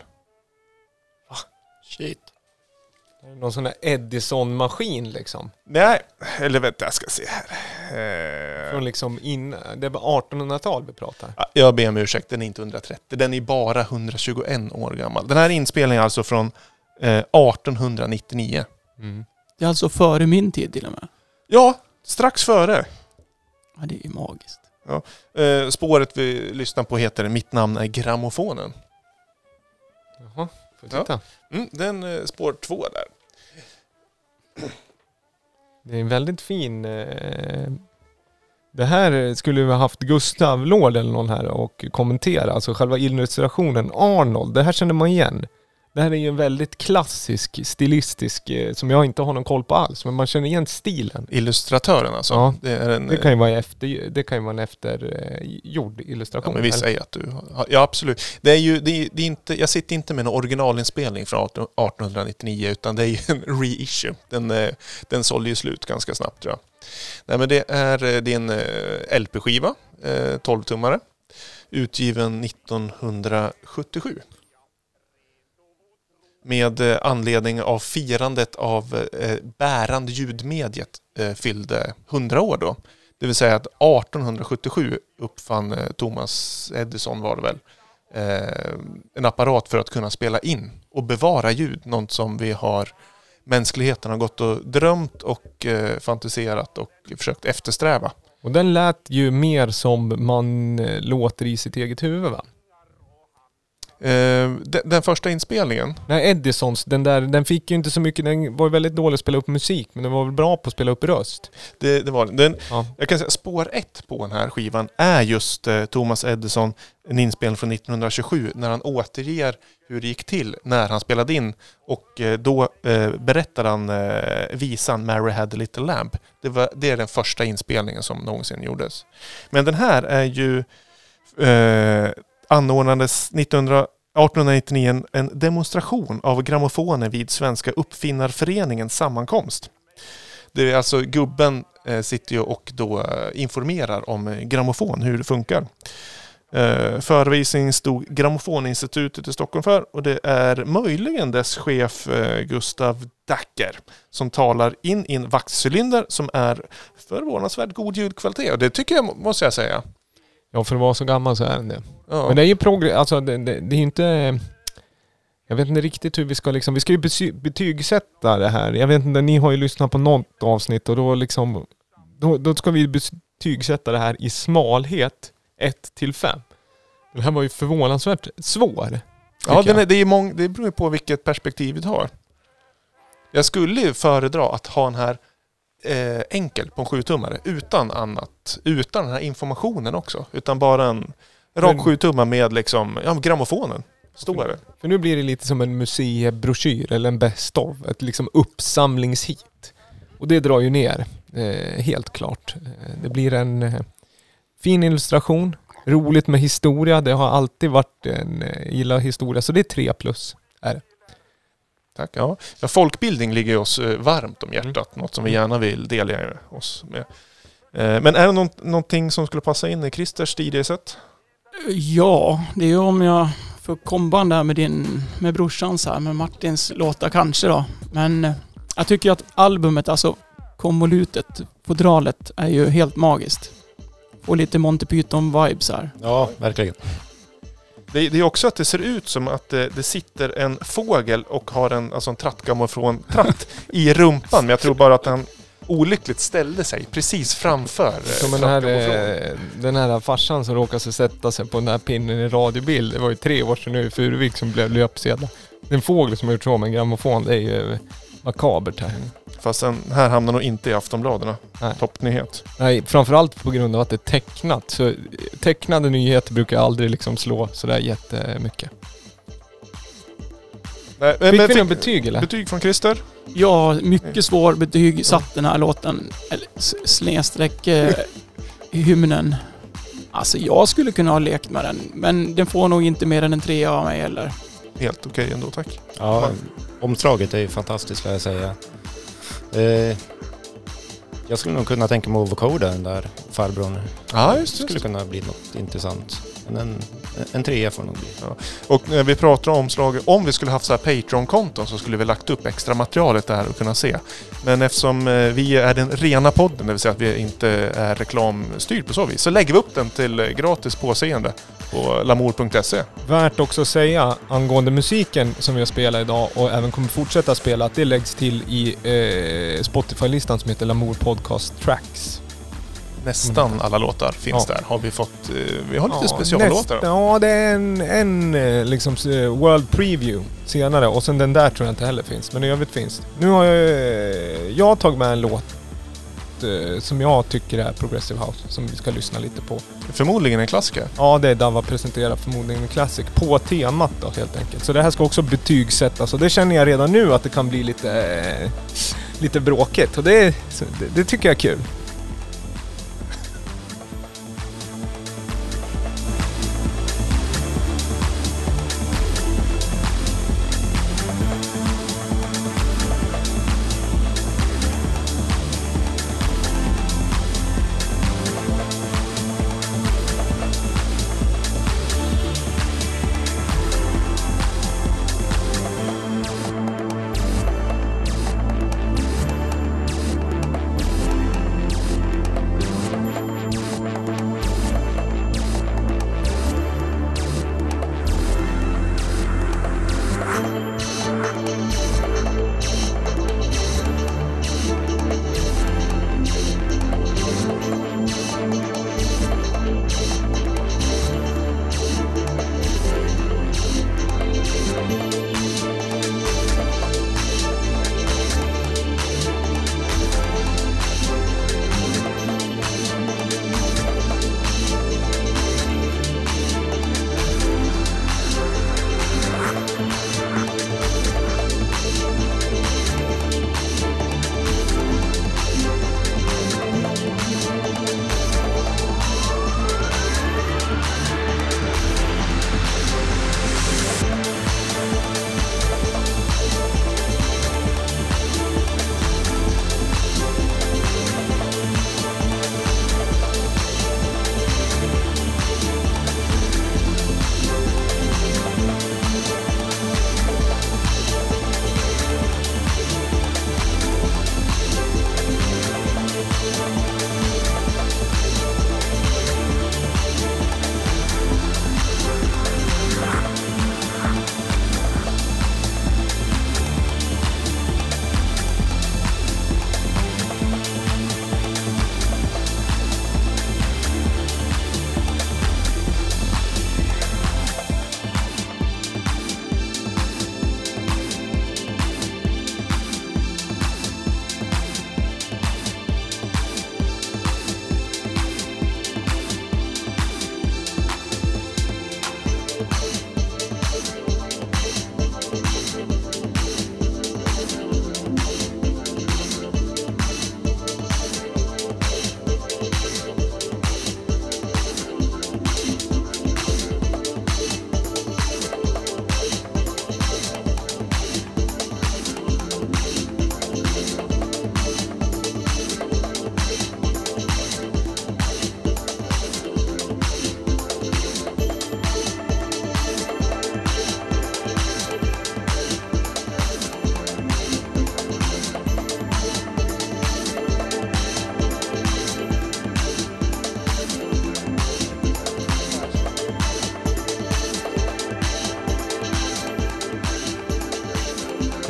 Shit. Någon sån där Edison-maskin liksom. Nej, eller vänta, jag ska se här. Eh, Från liksom in, det var artonhundratal vi pratar. Ja, jag ber om ursäkt, den är inte hundratrettio. Den är bara hundratjugoett år gammal. Den här inspelningen är alltså från eh, artonhundranittionio. Mm. det är alltså före min tid till och med. Ja, strax före. Ja, det är ju magiskt. Eh, spåret vi lyssnar på heter Mitt namn är Grammofonen. Jaha, får vi titta. Mm, den eh, spår två där. Det är en väldigt fin... Eh, det här skulle vi ha haft Gustav Lord eller någon här och kommentera. Alltså själva illustrationen. Arnold, det här känner man igen. Det här är ju en väldigt klassisk, stilistisk, eh, som jag inte har någon koll på alls. Men man känner igen stilen. Illustratören alltså. Ja, det, är en, Det kan ju vara efter, det kan ju vara en eftergjord illustration. ja, men vi eller? säger att du har, ja absolut. Det är ju, det är, det är inte, jag sitter inte med en originalinspelning från artonhundranittionio utan det är ju en reissue. Den, eh, den sålde ju slut ganska snabbt tror jag. Nej, men det är, det är en eh, L P-skiva, eh, tolv-tummare, utgiven nittonhundrasjuttiosju. Med eh, anledning av firandet av eh, bärande ljudmediet eh, fyllde hundra år då. Det vill säga att artonhundrasjuttiosju uppfann eh, Thomas Edison var det väl eh, en apparat för att kunna spela in och bevara ljud. Något som vi har mänskligheten har gått och drömt och eh, fantiserat och försökt eftersträva. Och den lät ju mer som man eh, låter i sitt eget huvud, va? Eh, den, den första inspelningen. Nej, Edisons, den där, den fick ju inte så mycket, den var väldigt dålig att spela upp musik, men den var väl bra på att spela upp röst. Det, det var den. Ja. Jag kan säga spår ett på den här skivan är just eh, Thomas Edison, en inspelning från nittonhundratjugosju när han återger hur det gick till när han spelade in. Och eh, då eh, berättar han eh, visan Mary Had a Little Lamb. Det, var, det är den första inspelningen som någonsin gjordes. Men den här är ju eh, anordnades artonhundranittionio en demonstration av grammofoner vid Svenska uppfinnarföreningens sammankomst. Det är alltså gubben eh, sitter ju och då eh, informerar om grammofon, hur det funkar. Eh, förevisning stod Grammofoninstitutet i Stockholm för, och det är möjligen dess chef eh, Gustav Dacker som talar in i en vaxcylinder som är förvånansvärt god ljudkvalitet, och det tycker jag, måste jag säga. Ja, för att vara så gammal så är den det. Ja. Men det är ju progr- alltså det, det, det är inte... Jag vet inte riktigt hur vi ska liksom... Vi ska ju bety- betygsätta det här. Jag vet inte, ni har ju lyssnat på något avsnitt och då liksom... Då, då ska vi betygsätta det här i smalhet ett till fem. Det här var ju förvånansvärt svår. Ja, den är, det, är mång, det beror på vilket perspektiv vi tar. Jag skulle ju föredra att ha en här eh, enkel på en sjutummare utan annat. Utan den här informationen också. Utan bara en rak Men- sjutummare med liksom, ja, grammofonen. Står det. För nu blir det lite som en museibroschyr eller en best of. Ett liksom uppsamlingshit. Och det drar ju ner, eh, helt klart. Eh, det blir en eh, fin illustration. Roligt med historia. Det har alltid varit en eh, gilla historia. Så det är tre plus. Är det. Tack. Ja. Ja, folkbildning ligger oss eh, varmt om hjärtat. Något som vi gärna vill dela oss med. Eh, men är det något, någonting som skulle passa in i Christers D J-set? Ja, det är ju om jag får komban där med din, med brorsans här, med Martins låtar kanske då. Men eh, jag tycker att albumet, alltså konvolutet, fodralet är ju helt magiskt. Och lite Monty Python-vibes här. Ja, verkligen. Det, det är också att det ser ut som att det, det sitter en fågel och har en, alltså en trattgrammofon tratt i rumpan. Men jag tror bara att han olyckligt ställde sig precis framför eh, Som den här, trattgrammofonen. eh, den här farsan som råkade sig sätta sig på den här pinnen i radiobild. Det var ju tre år sedan nu i Furuvik som blev löpsedlar. Det är en fågel som har gjort så med en grammofon. Det är ju makabert här. Fast den här hamnar nog inte i Aftonbladerna. Nej. Toppnyhet. Nej, framförallt på grund av att det är tecknat. Så tecknade nyheter brukar aldrig liksom slå sådär jättemycket. Nej, Fick men vi fick- någon betyg eller? Betyg från Christer? Ja, mycket svår betyg satt den här låten, eller s- snedstreck eh, hymnen. Alltså jag skulle kunna ha lekt med den, men den får nog inte mer än en trea av mig heller. Helt okej ändå, tack. Ja, omslaget är ju fantastiskt, ska jag säga. Eh, jag skulle nog kunna tänka mig att vocoda den där farbrorn. Ja, Det just det. skulle kunna bli något intressant. Men en, en trea får nog bli. Och när vi pratar om omslaget, om vi skulle haft så här Patreon-konton så skulle vi lagt upp extra materialet där och kunna se. Men eftersom eh, vi är den rena podden, det vill säga att vi inte är reklamstyrd på så vis, så lägger vi upp den till eh, gratis påseende på lamour punkt se. Värt också att säga angående musiken som vi har spelat idag och även kommer fortsätta spela, att det läggs till i eh, Spotify-listan som heter Lamour Podcast Tracks. Nästan alla låtar finns Ja. där. Har vi fått, eh, vi har lite Ja, speciallåtar. nästa- Ja, det är en, en eh, liksom eh, World Preview senare och sen den där tror jag inte heller finns, men i övrigt finns. Nu har jag, eh, jag har tagit med en låt eh, som jag tycker är Progressive House som vi ska lyssna lite på. Förmodligen en klassiker. Ja, det är Dava presenterar förmodligen en classic på temat då helt enkelt. Så det här ska också betygsättas och det känner jag redan nu att det kan bli lite, eh, lite bråkigt och det, så det, det tycker jag är kul.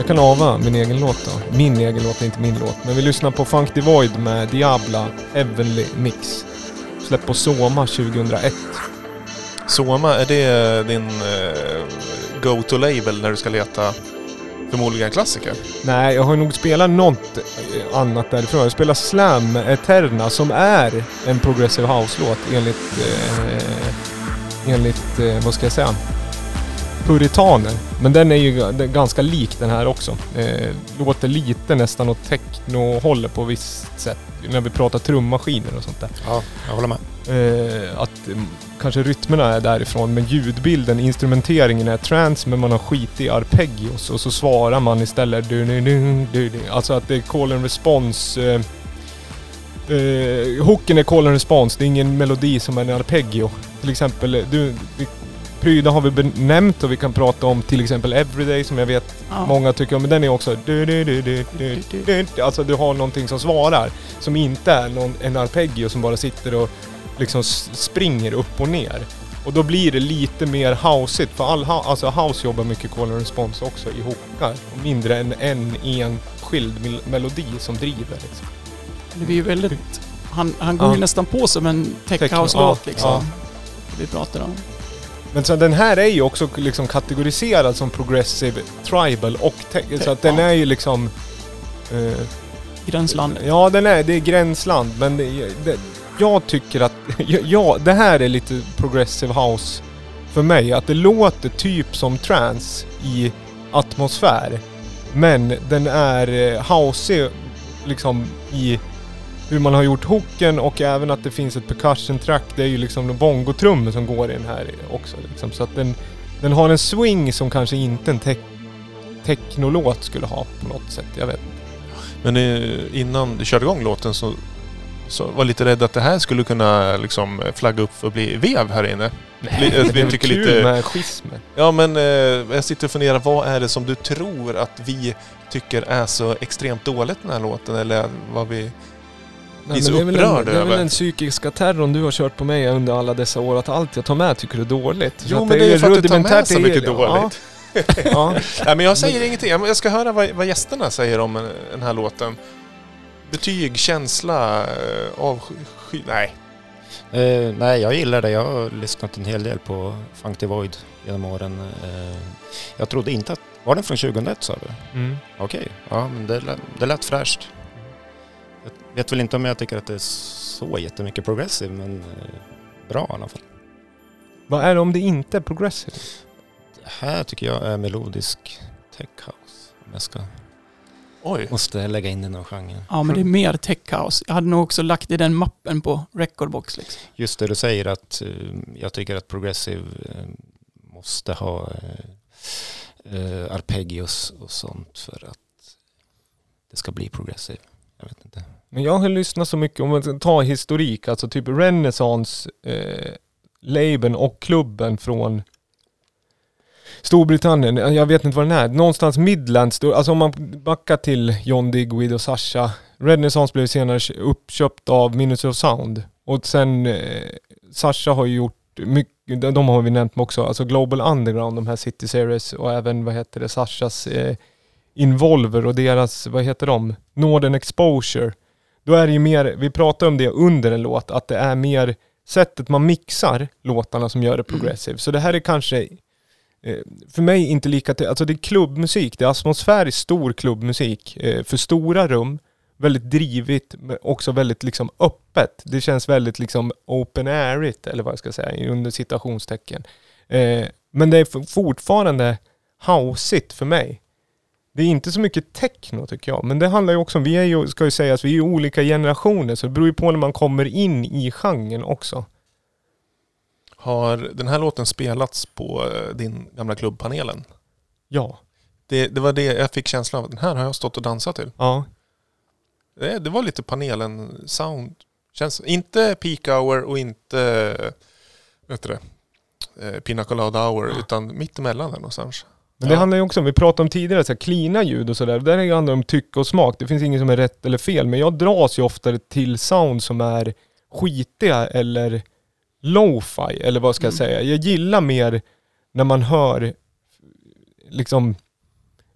kan ava min egen låt då. Min egen låt, inte min låt. Men vi lyssnar på Funk Devoid med Diabla Heavenly Mix. Släpp på Soma tjugohundraett. Soma, är det din uh, go-to-label när du ska leta förmodligen klassiker? Nej, jag har nog spelat något annat därifrån. Jag spelar Slam Eterna som är en progressive house-låt enligt, eh, enligt eh, vad ska jag säga, puritaner. Men den är ju ganska lik den här också. Eh, låter lite nästan åt techno-håller på visst sätt. När vi pratar trummaskiner och sånt där. Ja, jag håller med. Eh, att um, kanske rytmerna är därifrån, men ljudbilden, instrumenteringen är trance, men man har skit i arpeggios och så svarar man istället du, du, du, du, du. Alltså att det är call and response. Eh, eh, hooken är call and response, det är ingen melodi som är en arpeggio. Till exempel, du, vi, Pryda har vi benämnt och vi kan prata om till exempel Everyday som jag vet Ja. många tycker om, men den är också du, du, du, du, du, du, du. Alltså du har någonting som svarar som inte är någon, en arpeggio som bara sitter och liksom springer upp och ner. Och då blir det lite mer houseigt, för all, alltså house jobbar mycket call and response också i hookar och mindre än en enskild melodi som driver liksom. Det blir ju väldigt... Han, han går Ja. ju nästan på som en tech Techno, house-låt ja, liksom. ja. Vi pratar om. Men så den här är ju också liksom kategoriserad som progressive, tribal och tech, så att den är ju liksom... Eh, Gränslandet. ja, den är, det är gränsland, men det, det, jag tycker att... ja, det här är lite progressive house för mig. Att det låter typ som trance i atmosfär. Men den är eh, housey liksom i hur man har gjort hooken, och även att det finns ett percussion track. Det är ju liksom de bongotrummor som går i den här också liksom. Så att den, den har en swing som kanske inte en te- technolåt skulle ha på något sätt, jag vet inte. Men eh, innan du körde igång låten så, så var jag lite rädd att det här skulle kunna liksom flagga upp för att bli vev här inne. Nej, Vi- det är vi tycker kul lite- med schismer. Ja, men eh, jag sitter och funderar, vad är det som du tror att vi tycker är så extremt dåligt den här låten, eller vad vi... Nej, är så men det är väl upprörd en, det är väl över. den psykiska terrorn du har kört på mig under alla dessa år, att allt jag tar med tycker du är dåligt. Så Jo, att men det är ju för att du tar med rudimentärt, så det är- mycket dåligt. Ja, ja. Nej, men jag säger ingenting. Jag ska höra vad, vad gästerna säger om eh, den här låten. Betyg, känsla, eh, avsky... Nej. Eh, nej, jag gillar det. Jag har lyssnat en hel del på Funk Devoid genom åren. Eh, jag trodde inte att... Var den från tjugohundraett, sa du? Mm. Okej, ja, men det, lät- det lät fräscht. Jag vet väl inte om jag tycker att det är så jättemycket progressive, men eh, bra i alla fall. Vad är det om det inte är progressive? Det här tycker jag är melodisk tech house. Om jag ska, Oj. måste lägga in den i genren. Ja, men det är mer tech house. Jag hade nog också lagt i den mappen på Recordbox liksom. Just det du säger, att eh, jag tycker att progressive eh, måste ha eh, eh, arpeggios och sånt för att det ska bli progressive. Jag vet inte. Men jag har lyssnat så mycket, om man tar historik, alltså typ Renaissance, eh, labeln och klubben från Storbritannien. Jag vet inte vad den är. Någonstans Midlands, alltså om man backar till John Digweed och Sasha. Renaissance blev senare uppköpt av Minutes of Sound. Och sen eh, Sasha har ju gjort mycket, de har vi nämnt också, alltså Global Underground, de här City Series, och även, vad heter det, Sashas eh, Involver och deras, vad heter de? Northern Exposure. Då är det ju mer, vi pratar om det under en låt, att det är mer sättet man mixar låtarna som gör det progressive. Mm. Så det här är kanske eh, för mig inte lika till, alltså det är klubbmusik, det är atmosfäriskt stor klubbmusik eh, för stora rum, väldigt drivigt, men också väldigt liksom öppet. Det känns väldigt liksom open airigt, eller vad jag ska säga, under citationstecken. Eh, men det är fortfarande houseigt för mig. Det är inte så mycket techno tycker jag, men det handlar ju också om, vi är ju, ska ju säga att vi är olika generationer, så det beror ju på när man kommer in i genren också. Har den här låten spelats på din gamla klubbpanelen? Ja. Det, det var det jag fick känslan av. Den här har jag stått och dansat till. Ja. Det, det var lite panelen-sound. Känns, inte peak hour och inte vet du det, Pina Colada hour, utan mitt emellan där någonstans. Men det ja. handlar ju också om, vi pratade om tidigare, så här, klina ljud och sådär. Där är det handlar om tycke och smak. Det finns ingen som är rätt eller fel. Men jag dras ju oftare till sound som är skitiga eller lo-fi, eller vad ska jag Mm. säga. Jag gillar mer när man hör liksom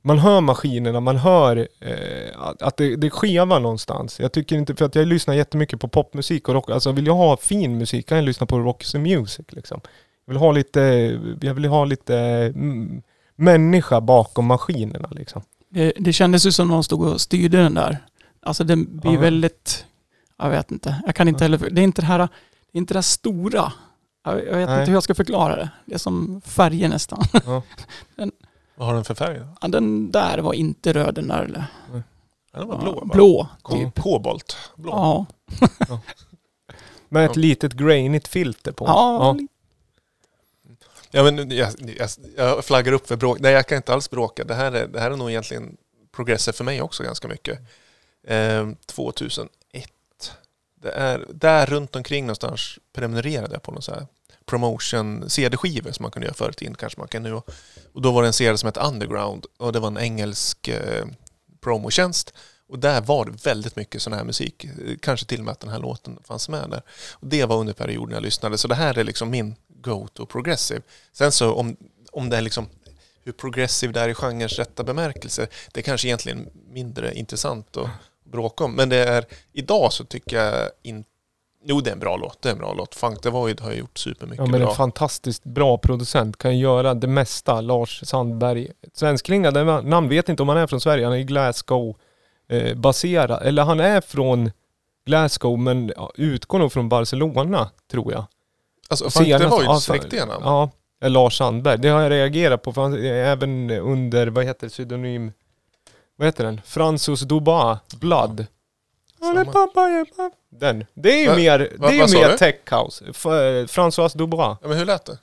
man hör maskinerna, man hör eh, att, att det, det skevar någonstans. Jag tycker inte, för att jag lyssnar jättemycket på popmusik och rock. Alltså vill jag ha fin musik kan jag lyssna på Roxy Music liksom. Jag vill ha lite, jag vill ha lite mm, människa bakom maskinerna liksom. Det, det kändes ju som någon stod och styrde den där. Alltså det blir Ja. väldigt, jag vet inte. Jag kan inte heller, det är inte det här, det är inte det här stora. Jag, jag vet Nej. inte hur jag ska förklara det. Det är som färger nästan. Ja. Vad har den för färg? Ja, den där var inte röd den där. Eller? Ja, den var blå. Ja, va? blå. Ko- Typ. Kobolt. Blå. Ja. Med ett Ja. litet grainigt filter på. Ja. Ja, men jag, jag, jag flaggar upp för bråk. Nej, jag kan inte alls bråka. Det här är, det här är nog egentligen progressive för mig också ganska mycket. Eh, tvåtusenett. Det är där runt omkring någonstans prenumererade jag på någon så här promotion C D-skivor som man kunde göra förr i tiden, kanske man kan nu. Och, och då var det en serie som hette Underground och det var en engelsk eh, promotjänst. Och där var det väldigt mycket sån här musik. Kanske till och med att den här låten fanns med där. Och det var under perioden jag lyssnade. Så det här är liksom min go-to progressive. Sen så om, om det är liksom hur progressive det är i genrens rätta bemärkelse, det är kanske egentligen mindre intressant att bråka om. Men det är, idag så tycker jag inte, jo det är en bra låt, det är en bra låt. Funk the Void har gjort supermycket Ja, men bra. en fantastiskt bra producent kan göra det mesta. Lars Sandberg. Svenskklingande namn, vet inte om han är från Sverige. Han är i Glasgow eh, baserad. Eller han är från Glasgow men ja, utgår nog från Barcelona, tror jag. Alltså Funk the Senast- Voids ja, riktiga namn. Ja, Lars Sandberg. Det har jag reagerat på. För han är även under, vad heter pseudonym? Vad heter den? Francis Dubois, Blood. Samma. Den. Det är ju Va- mer, va- det är vad ju sa mer du? tech house. F- eh, Francois Dubois. Ja, men hur lät det?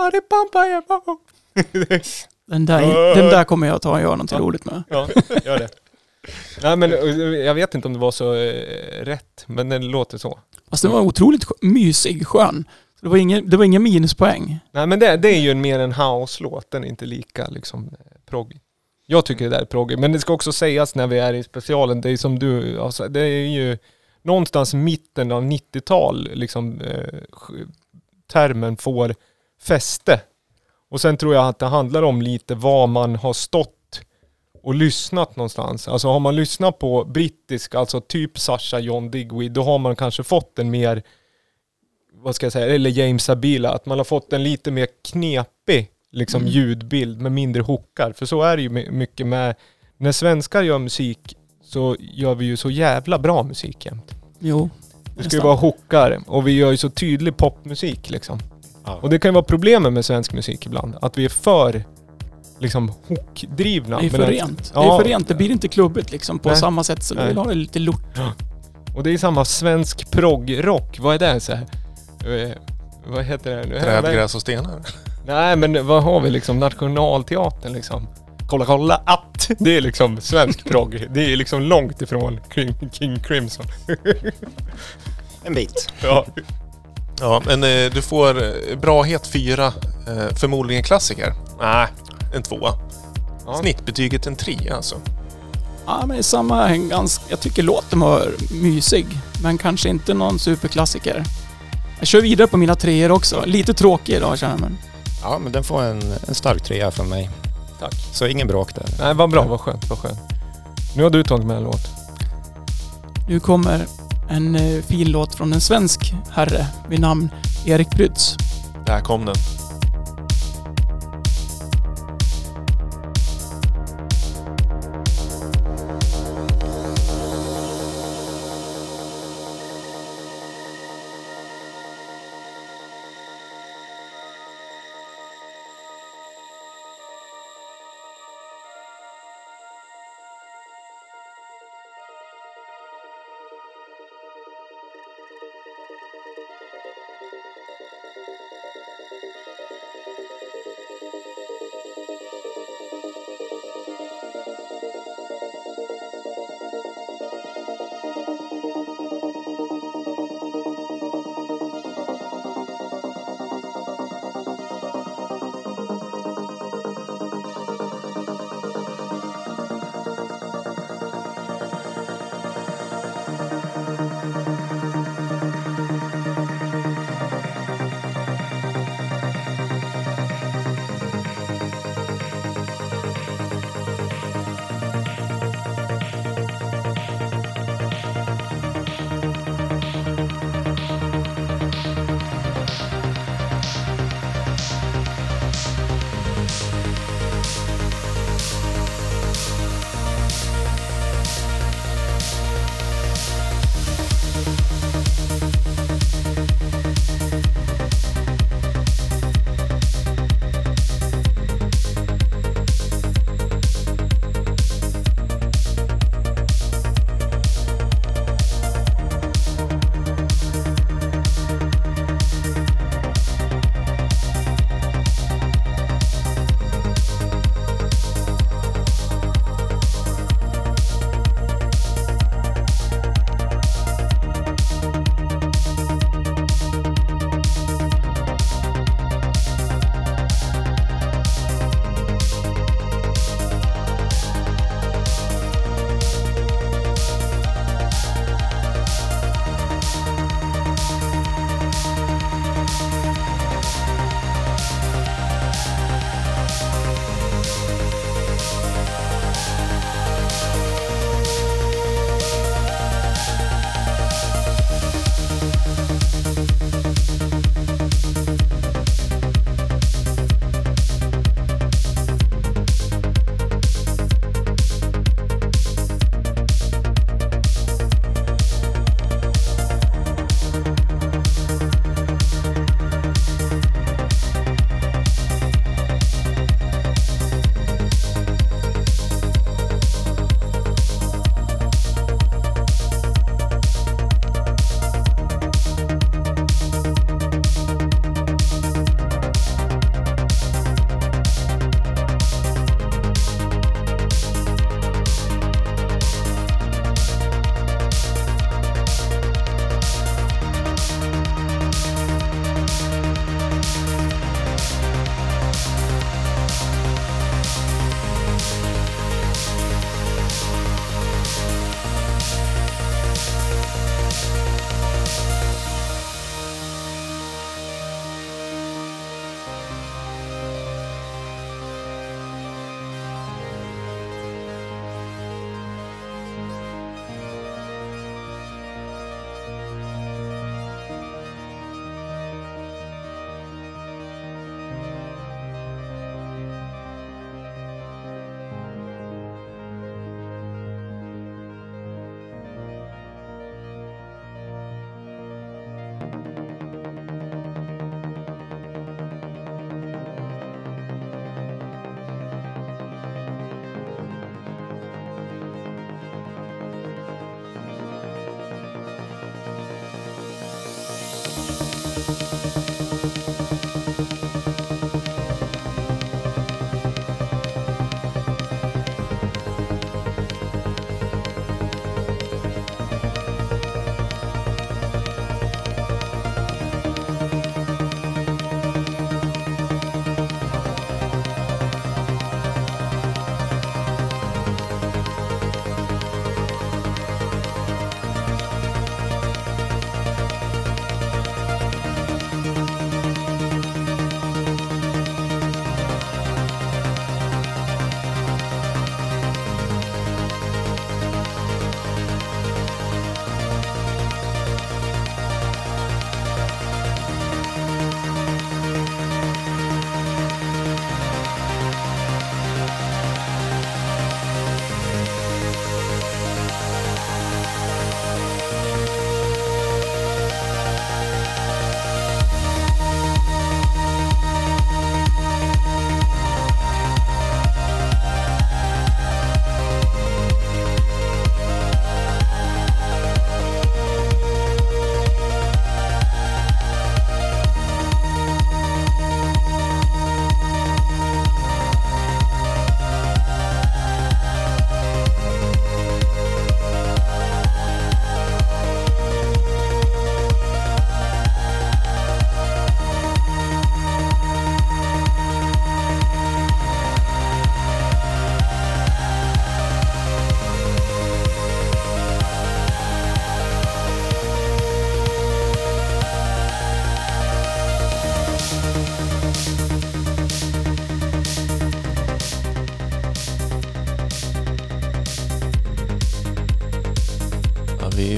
Den där, den där kommer jag ta och göra något Ja. roligt med. Ja, gör det. Nej men eh, jag vet inte om det var så eh, rätt, men det låter så. Fast den var otroligt skö- mysig, skön. Så det var ingen, det var ingen minuspoäng. Nej men det, det är ju mer en house-låt, den är inte lika liksom eh, progg. Jag tycker det där är progg. Men det ska också sägas när vi är i specialen, det är som du, alltså, det är ju någonstans mitten av nittiotal liksom eh, termen får fäste. Och sen tror jag att det handlar om lite vad man har stått och lyssnat någonstans. Alltså har man lyssnat på brittisk, alltså typ Sasha John Digweed, då har man kanske fått en mer, vad ska jag säga, eller James Abila, att man har fått en lite mer knepig liksom Mm. ljudbild med mindre hookar. För så är det ju my- mycket med, när svenskar gör musik så gör vi ju så jävla bra musik jämt. Jo. Det ska ju vara hookar och vi gör ju så tydlig popmusik liksom. Ja. Och det kan ju vara problemet med svensk musik ibland, att vi är för liksom hookdrivna. Det är för Men att- rent. Det Ja. är för rent. Det blir inte klubbigt liksom på Nej. samma sätt. Så du Nej. vill ha det lite lort. Och det är samma svensk proggrock. Vad är det så här? Eh, vad heter det nu? Träd, gräs och stenar. Nej men vad har vi liksom? Nationalteatern liksom. Kolla kolla att! Det är liksom svensk progg. Det är liksom långt ifrån King, King Crimson. En bit. Ja. Ja, men eh, du får eh, bra het fyra, eh, förmodligen klassiker. Nej, en tvåa. Ja. Snittbetyget en tre alltså. Ja, men samma, en ganska, jag tycker låten var mysig. Men kanske inte någon superklassiker. Jag kör vidare på mina treor också. Lite tråkig idag känner jag. Men Ja, men den får en, en stark trea från mig. Tack. Så ingen bråk där. Nej vad bra, vad skönt, vad skönt. Nu har du tagit med en låt. nu kommer en eh, fin låt från en svensk herre vid namn Erik Prytz. Där kom den.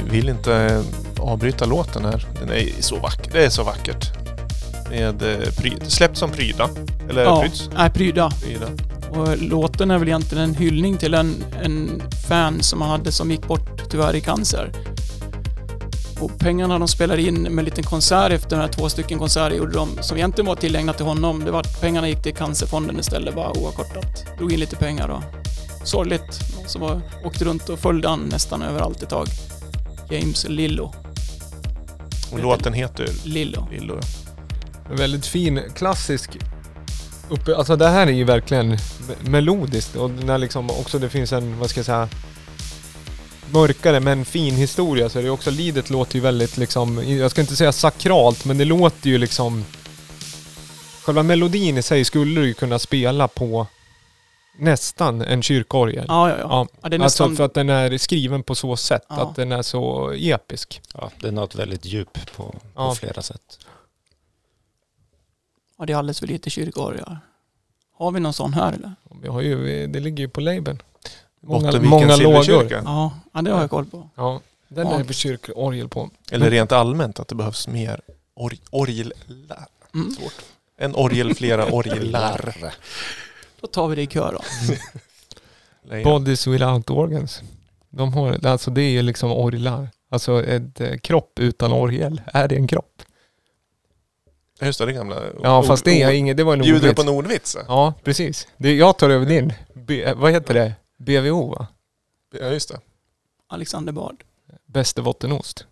vill inte avbryta låten här. Den är så vacker. Det är så vackert. Med eh, pryd. Släppt som pryda. Eller Ja, pryds? nej, pryda. Pryda. Och låten är väl egentligen en hyllning till en, en fan som han hade som gick bort tyvärr i cancer. Och pengarna de spelade in med en liten konsert efter de här två stycken konserter gjorde de som egentligen var tillägnat till honom. Det var att pengarna gick till cancerfonden istället, bara oavkortat. Drog in lite pengar då. Sorgligt. Någon som var, åkte runt och följde an nästan överallt ett tag. James Lillo. Och låten heter Lillo. Lillo. En väldigt fin, klassisk uppe, alltså det här är ju verkligen melodiskt och när liksom också det finns en, vad ska jag säga, mörkare men fin historia, så är det också, lidet låter ju väldigt liksom, jag ska inte säga sakralt, men det låter ju liksom, själva melodin i sig skulle du ju kunna spela på nästan en kyrkorgel. Ja, ja, ja. Ja, ja det är nästan... alltså för att den är skriven på så sätt, Ja. att den är så episk. Ja, den har ett väldigt djup på, på Ja. flera sätt. Ja, det är alldeles för lite kyrkorgar. Har vi någon sån här eller? Vi har ju, det ligger ju på labeln. Många, Bottenvikens många lågor. silverkyrka. Ja, ja, det har jag koll på. Ja, den Ja. är på kyrkorgel på. Eller rent allmänt att det behövs mer or- orglar. Mm. Svårt. En orgel, flera orglar. Då tar vi det i kör då. Lejon. Bodies without organs. De har, alltså det är ju liksom orglar. Alltså ett eh, kropp utan orgel. Är det en kropp? Just det, det gamla. Ja, fast det är inget, det var en Bjuder ordvits. på en ordvits. Ja, precis. Det, jag tar över din. B, vad heter det? B V O va? Ja, just det. Alexander Bard. Bäste bottenost.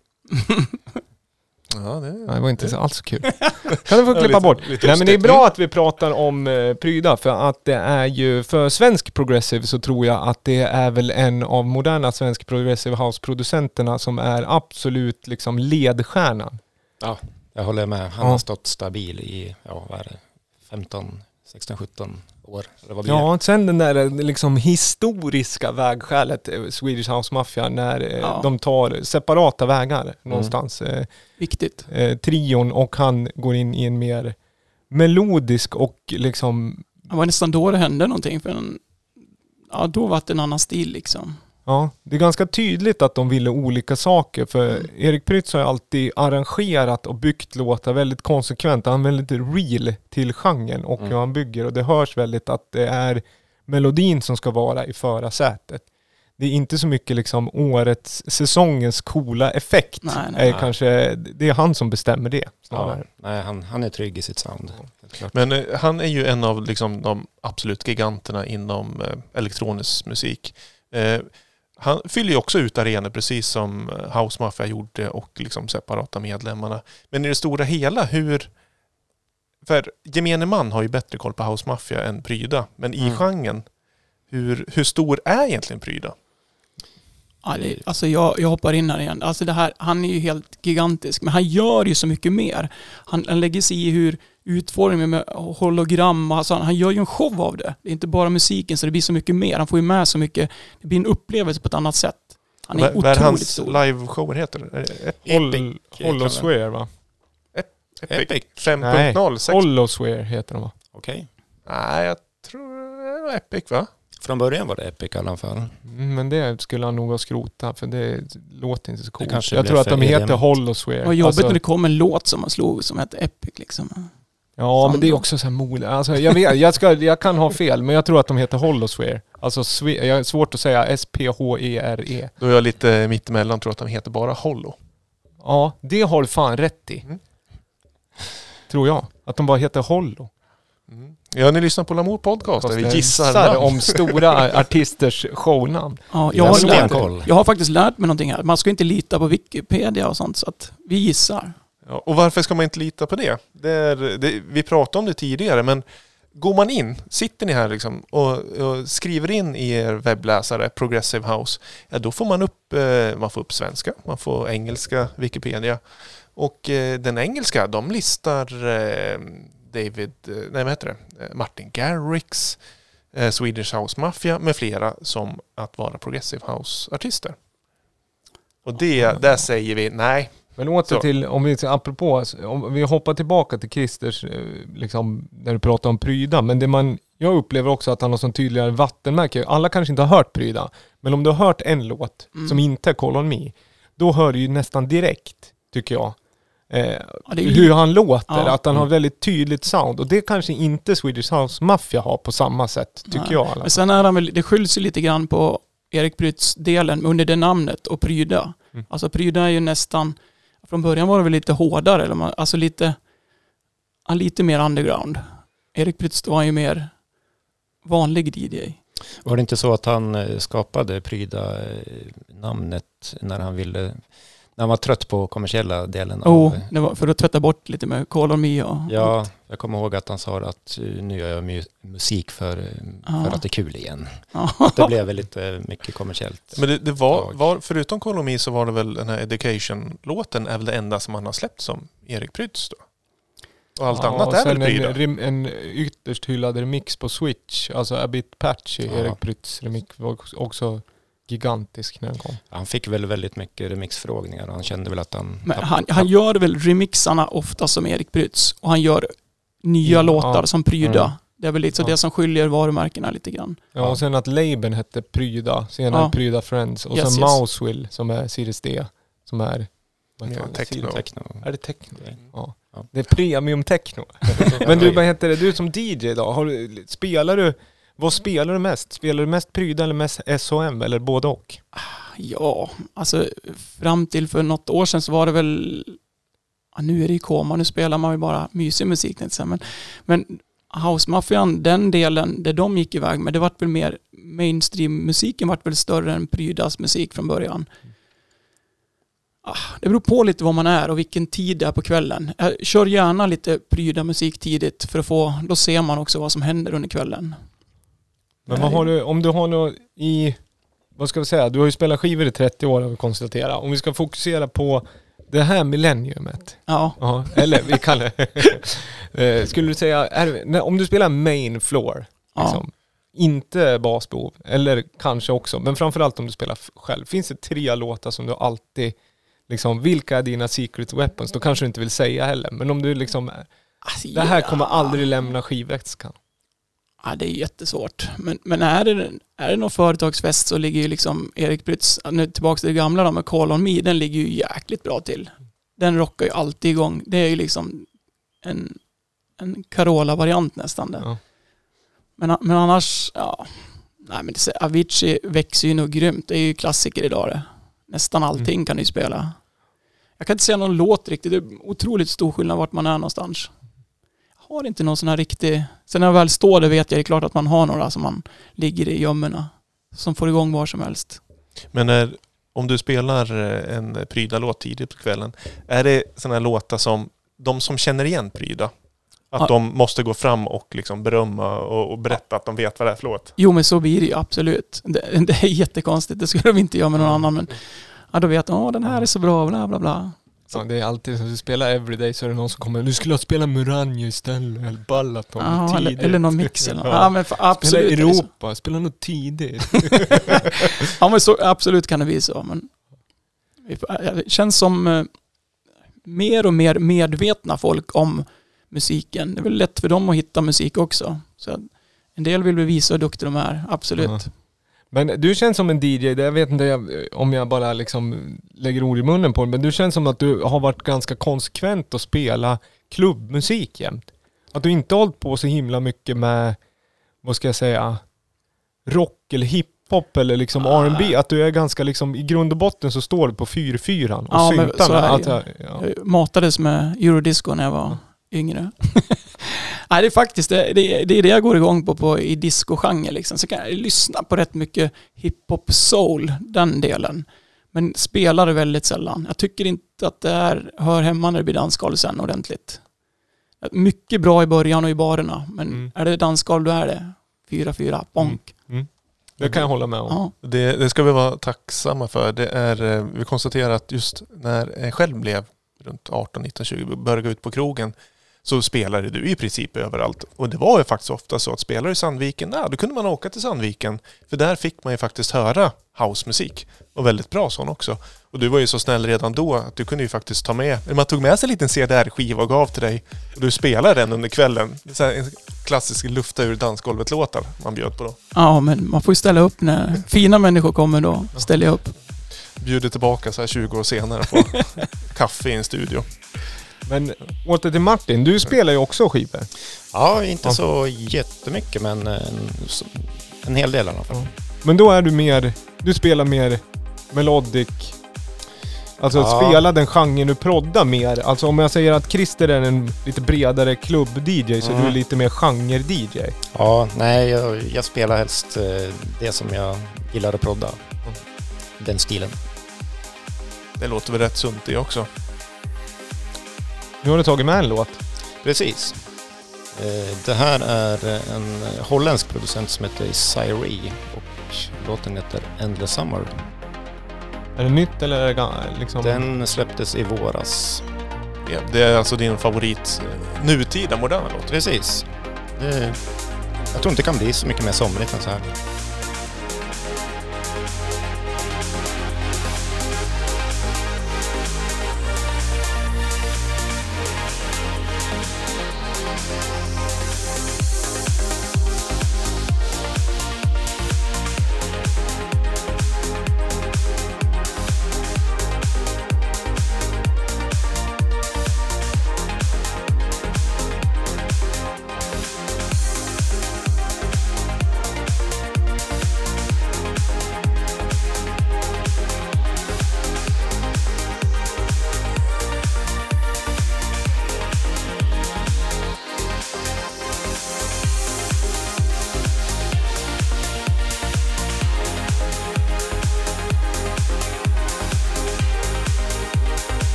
Ja, det, Nej, det var inte så alls så kul. Kan du få Ja, klippa lite- bort? lite Nej, men det är ostigt. bra att vi pratar om eh, pryda, för att det är ju, för svensk progressive så tror jag att det är väl en av moderna svensk progressive house-producenterna som är absolut liksom ledstjärnan. Ja, jag håller med. Han Ja. har stått stabil i, ja vad är det, femton, sexton, sjutton år. Eller vad blir det? Ja, sen den där liksom historiska vägskälet, eh, Swedish House Mafia, när eh, Ja. de tar separata vägar någonstans. Eh, Viktigt. eh, trion, och han går in i en mer melodisk och liksom, Det var nästan då det hände någonting. För en, ja, då var det en annan stil liksom. ja, det är ganska tydligt att de ville olika saker, för Mm. Erik Prytz har ju alltid arrangerat och byggt låtar väldigt konsekvent. Han är väldigt real till genren och Mm. hur han bygger, och det hörs väldigt att det är melodin som ska vara i förarsätet. Det är inte så mycket liksom årets, säsongens coola effekt. Nej, nej. Är kanske, det är han som bestämmer det snarare. Ja, nej, han, han är trygg i sitt sound. Helt klart. Men eh, han är ju en av liksom, de absolut giganterna inom eh, elektronisk musik. Eh, han fyller ju också ut arenor precis som eh, House Mafia gjorde och liksom separata medlemmarna. Men i det stora hela, hur... För gemene man har ju bättre koll på House Mafia än Pryda. Men i Mm. genren, hur, hur stor är egentligen Pryda? Ja, det, alltså jag, jag hoppar in här igen. Alltså det här, han är ju helt gigantisk, men han gör ju så mycket mer. Han, han lägger sig i hur utformningen med hologram, och alltså han, han gör ju en show av det. Det är inte bara musiken, så det blir så mycket mer. Han får ju med så mycket, det blir en upplevelse på ett annat sätt. Han är Vad vad är otroligt hans stor. liveshower heter? Är det Ep- Hol- kan Holoswear va? Epic? Epic. fem Nej, punkt noll? sex- Holoswear heter de va? Okej. Nej, jag tror det var Epic va? Från början var det Epic i alla fall. Mm, men det skulle han nog ha skrotat, för det låter inte så coolt. kanske Jag blev tror att de för heter element. Holoswear. Vad jobbigt Alltså, när det kom en låt som man slog som hette Epic liksom. ja, men det är också så här mod. Alltså, jag, vet, jag, ska, jag kan ha fel, men jag tror att de heter Holoswear. Alltså, swe- jag är svårt att säga S P H E R E. Då är jag lite mittemellan, tror att de heter bara Hollow. Ja, det har du fan rätt i. Mm. Tror jag. Att de bara heter Hollo. Mm. Ja, ni lyssnar på Lamour Podcast där vi gissar Gissar namn. om stora artisters shownamn. Ja, jag, Jag har har lärt, stenkoll. jag har faktiskt lärt mig någonting här. Man ska inte lita på Wikipedia och sånt, så att vi gissar. Ja, och varför ska man inte lita på det? Det, är, det? Vi pratade om det tidigare, men går man in, sitter ni här liksom och, och skriver in i er webbläsare Progressive House, ja, då får man upp, eh, man får upp svenska, man får engelska Wikipedia. Och eh, den engelska, de listar eh, David, eh, nej vad heter det, Eh, Martin Garrix, eh, Swedish House Mafia med flera som att vara Progressive House-artister. Och det, där säger vi nej. Men åter Så. till, om vi, apropå, om vi hoppar tillbaka till Christers, eh, liksom, när du pratar om Pryda, men det man, jag upplever också att han har sån tydligare vattenmärke. Alla kanske inte har hört Pryda, men om du har hört en låt Mm. som inte är Call on Me, då hör du ju nästan direkt, tycker jag, eh, Ja, det är hur han låter. Ja. Att han har väldigt tydligt sound. Och det kanske inte Swedish House Mafia har på samma sätt, tycker Nej. jag. i alla Men fall. sen är han väl, det skylls ju lite grann på Erik Prytz-delen under det namnet och Pryda. Mm. Alltså Pryda är ju nästan, från början var det väl lite hårdare, eller man- alltså lite, ja, lite mer underground. Erik Prytz var ju mer vanlig D J. Var det inte så att han eh, skapade Pryda-namnet när han ville, när han var trött på kommersiella delen av... Oh, det var för att tvätta bort lite med Call on Me och... Ja, jag kommer ihåg att han sa att eh, nu gör jag mu- musik för, eh, Ja. för att det är kul igen. Ja. Det blev väl lite mycket kommersiellt. Men det, det var, tag. var, förutom Call on Me så var det väl den här Education-låten är väl det enda som han har släppt som Erik Prytz då? Och allt Ja, annat och är väl sen Pryda? en, rem- en ytterst hyllad remix på Switch. Alltså A Bit Patchy, Ja. Erik Prytz remix, var också gigantisk när den kom. Han fick väl väldigt mycket remixfrågningar och han kände väl att han... Men han, han gör väl remixarna ofta som Erik Prytz och han gör nya Ja. låtar som Pryda. Mm. Det är väl lite så Ja. det som skiljer varumärkena lite grann. Ja, Ja. och sen att labeln hette Pryda, senare Ja. Pryda Friends. Och Yes, sen yes. Mousewill som är Sirius D, som är... vad heter Ja, det? techno. Techno. Är det techno? Ja. Ja. Det är premium techno. Men du, vad heter det? Du som D J då, har du, spelar du, vad spelar du mest? Spelar du mest Pryda eller mest S H M eller både och? Ja, alltså fram till för något år sedan så var det väl... Ja, nu är det i koma, nu spelar man ju bara mysig musik. Inte så, men, men House Mafian, den delen, där de gick iväg med, det var väl mer mainstream-musiken vart väl större än Prydas musik från början. Ah, det beror på lite vad man är och vilken tid det är på kvällen. Jag kör gärna lite Pryda musik tidigt för att få, då ser man också vad som händer under kvällen. Men vad har du, om du har något i, vad ska vi säga, du har ju spelat skivor i trettio år har vi konstaterat. Om vi ska fokusera på det här millenniumet. Ja, Ja, eller vi kallar det. Eh, Skulle du säga, är, när, om du spelar main floor, ja. liksom, inte basbehov, eller kanske också, men framförallt om du spelar f- själv. Finns det tre låtar som du alltid, liksom, vilka är dina secret weapons? Då kanske du inte vill säga heller, men om du liksom, Alltså, det här ja. kommer aldrig lämna skivväskan. Ja, det är jättesvårt. Men, men är, det, är det någon företagsfest så ligger ju liksom Erik Prytz, nu tillbaka till det gamla då med Call on Me, den ligger ju jäkligt bra till. Den rockar ju alltid igång. Det är ju liksom en, en Carola-variant nästan där. Ja. Men, men annars, ja, nej men det, Avicii växer ju nog grymt. Det är ju klassiker idag det. Nästan allting Mm. kan du spela. Jag kan inte säga någon låt riktigt. Det är otroligt stor skillnad vart man är någonstans. Jag har inte någon sån här riktig... Sen när jag väl står där vet jag det är klart att man har några som man ligger i gömmorna. Som får igång var som helst. Men när, om du spelar en Pryda-låt tidigt på kvällen, är det sådana här låtar som de som känner igen Pryda, att Ja. de måste gå fram och liksom berömma och, och berätta att de vet vad det är för låt? Jo men så blir det ju absolut. Det, det är jättekonstigt. Det skulle de inte göra med någon annan. Men ja, då vet de, åh den här är så bra, bla bla bla. Så det är alltid som du spelar Everyday så är det någon som kommer, nu skulle jag spela Muranjo istället, eller Balaton Ja, eller, tidigt. eller någon mix eller något. Ja. Ja, men för, Spela absolut. är det så. Europa, spela något tidigt. Ja men så, absolut kan det bli så. Men vi får- det känns som eh, mer och mer medvetna folk om musiken. Det är väl lätt för dem att hitta musik också. Så att en del vill visa hur duktiga de är, absolut. Ja. Men du känns som en D J, det- jag vet inte jag- om jag bara liksom lägger ord i munnen på det, men du känns som att du har varit ganska konsekvent att spela klubbmusik jämt. Att du inte har hållit på så himla mycket med, vad ska jag säga, rock eller hiphop eller liksom Ah. R and B. Att du är ganska liksom, i grund och botten så står du på fyra fyran och Ja, men syntarna. så är det Att, ju. jag- ja. Jag matades med eurodisco när jag var yngre. Nej, det är faktiskt det, det, det är det jag går igång på, på i discogenre liksom. Så kan jag lyssna på rätt mycket hiphop soul, den delen. Men spelar det väldigt sällan. Jag tycker inte att det är, hör hemma när det blir dansgolv sen ordentligt. Mycket bra i början och i barerna. Men Mm. är det dansgolv då är det fyra fyra, bonk. Det kan jag hålla med om. Ja. Det, det ska vi vara tacksamma för. Det är, eh, vi konstaterar att just när jag själv blev runt arton, nitton, tjugo, började gå ut på krogen, så spelade du i princip överallt. Och det var ju faktiskt ofta så att spelare i Sandviken, ja, då kunde man åka till Sandviken. För där fick man ju faktiskt höra housemusik. Och väldigt bra sån också. Och du var ju så snäll redan då att du kunde ju faktiskt ta med, eller man tog med sig en liten C D R-skiva och gav till dig. Och du spelade den under kvällen. Det är så här en klassisk lufta ur dansgolvet-låtar man bjöd på då. Ja, men man får ju ställa upp när fina människor kommer då. Ställer jag upp. bjuder tillbaka så här tjugo år senare på kaffe i en studio. Men åter till Martin, du spelar ju också skivor. Ja, inte Ja. så jättemycket, men en, en hel del i alla fall. Ja. Men då är du mer, du spelar mer melodic, alltså Ja. spela den genren du proddar mer. Alltså om jag säger att Christer är en lite bredare klubb-D J så Mm. du är lite mer genre-D J. Ja, nej, jag, jag spelar helst eh, det som jag gillar att prodda. Den stilen. Det låter väl rätt sunt det också. Nu har du tagit med en låt. Precis. Eh, det här är en holländsk producent som heter Syree och låten heter Endless Summer. Är det nytt eller är det ga- liksom... Den släpptes i våras. Det, det är alltså din favorit eh, nutida moderna låt. Precis. Det, jag tror inte det kan bli så mycket mer somrigt än så här.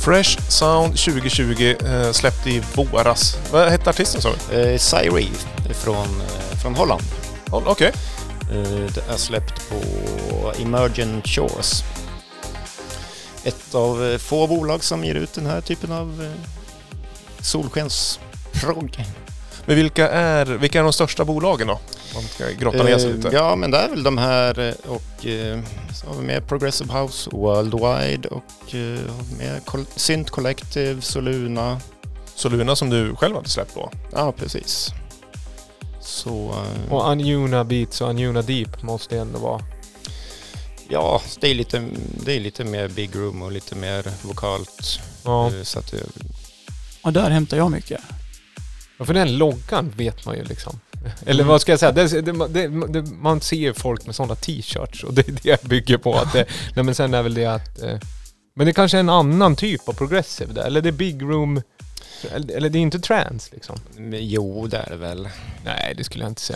Fresh Sound tjugo tjugo eh, släppt i våras. Vad hette artisten så? Eh, Cyree från, eh, från Holland. Oh, Okej. Eh, det är släppt på Emergent Shores. Ett av eh, få bolag som ger ut den här typen av eh, solskensprogg. Men vilka är, vilka är de största bolagen då? Man ska grotta ner sig lite. Eh, ja, men det är väl de här eh, och eh, så har vi med Progressive House Worldwide och eh, med Col- Synth Collective, Soluna. Soluna som du själv hade släppt på. Ja, precis. Så... eh, Och Anjuna Beats och Anjuna Deep måste ändå vara. Ja, det är lite, det är lite mer big room och lite mer vokalt. Ja. eh, Så att det, Och där hämtar jag mycket. Ja, för den loggan vet man ju liksom. Eller vad ska jag säga? Det, det, det, det, man ser ju folk med sådana t-shirts och det är det jag bygger på. Att det, nej, men sen är väl det att... Eh, men det kanske är en annan typ av progressive där. Eller det är big room... Eller, eller det är inte trance liksom. men jo, det är det väl. Nej, det skulle jag inte säga.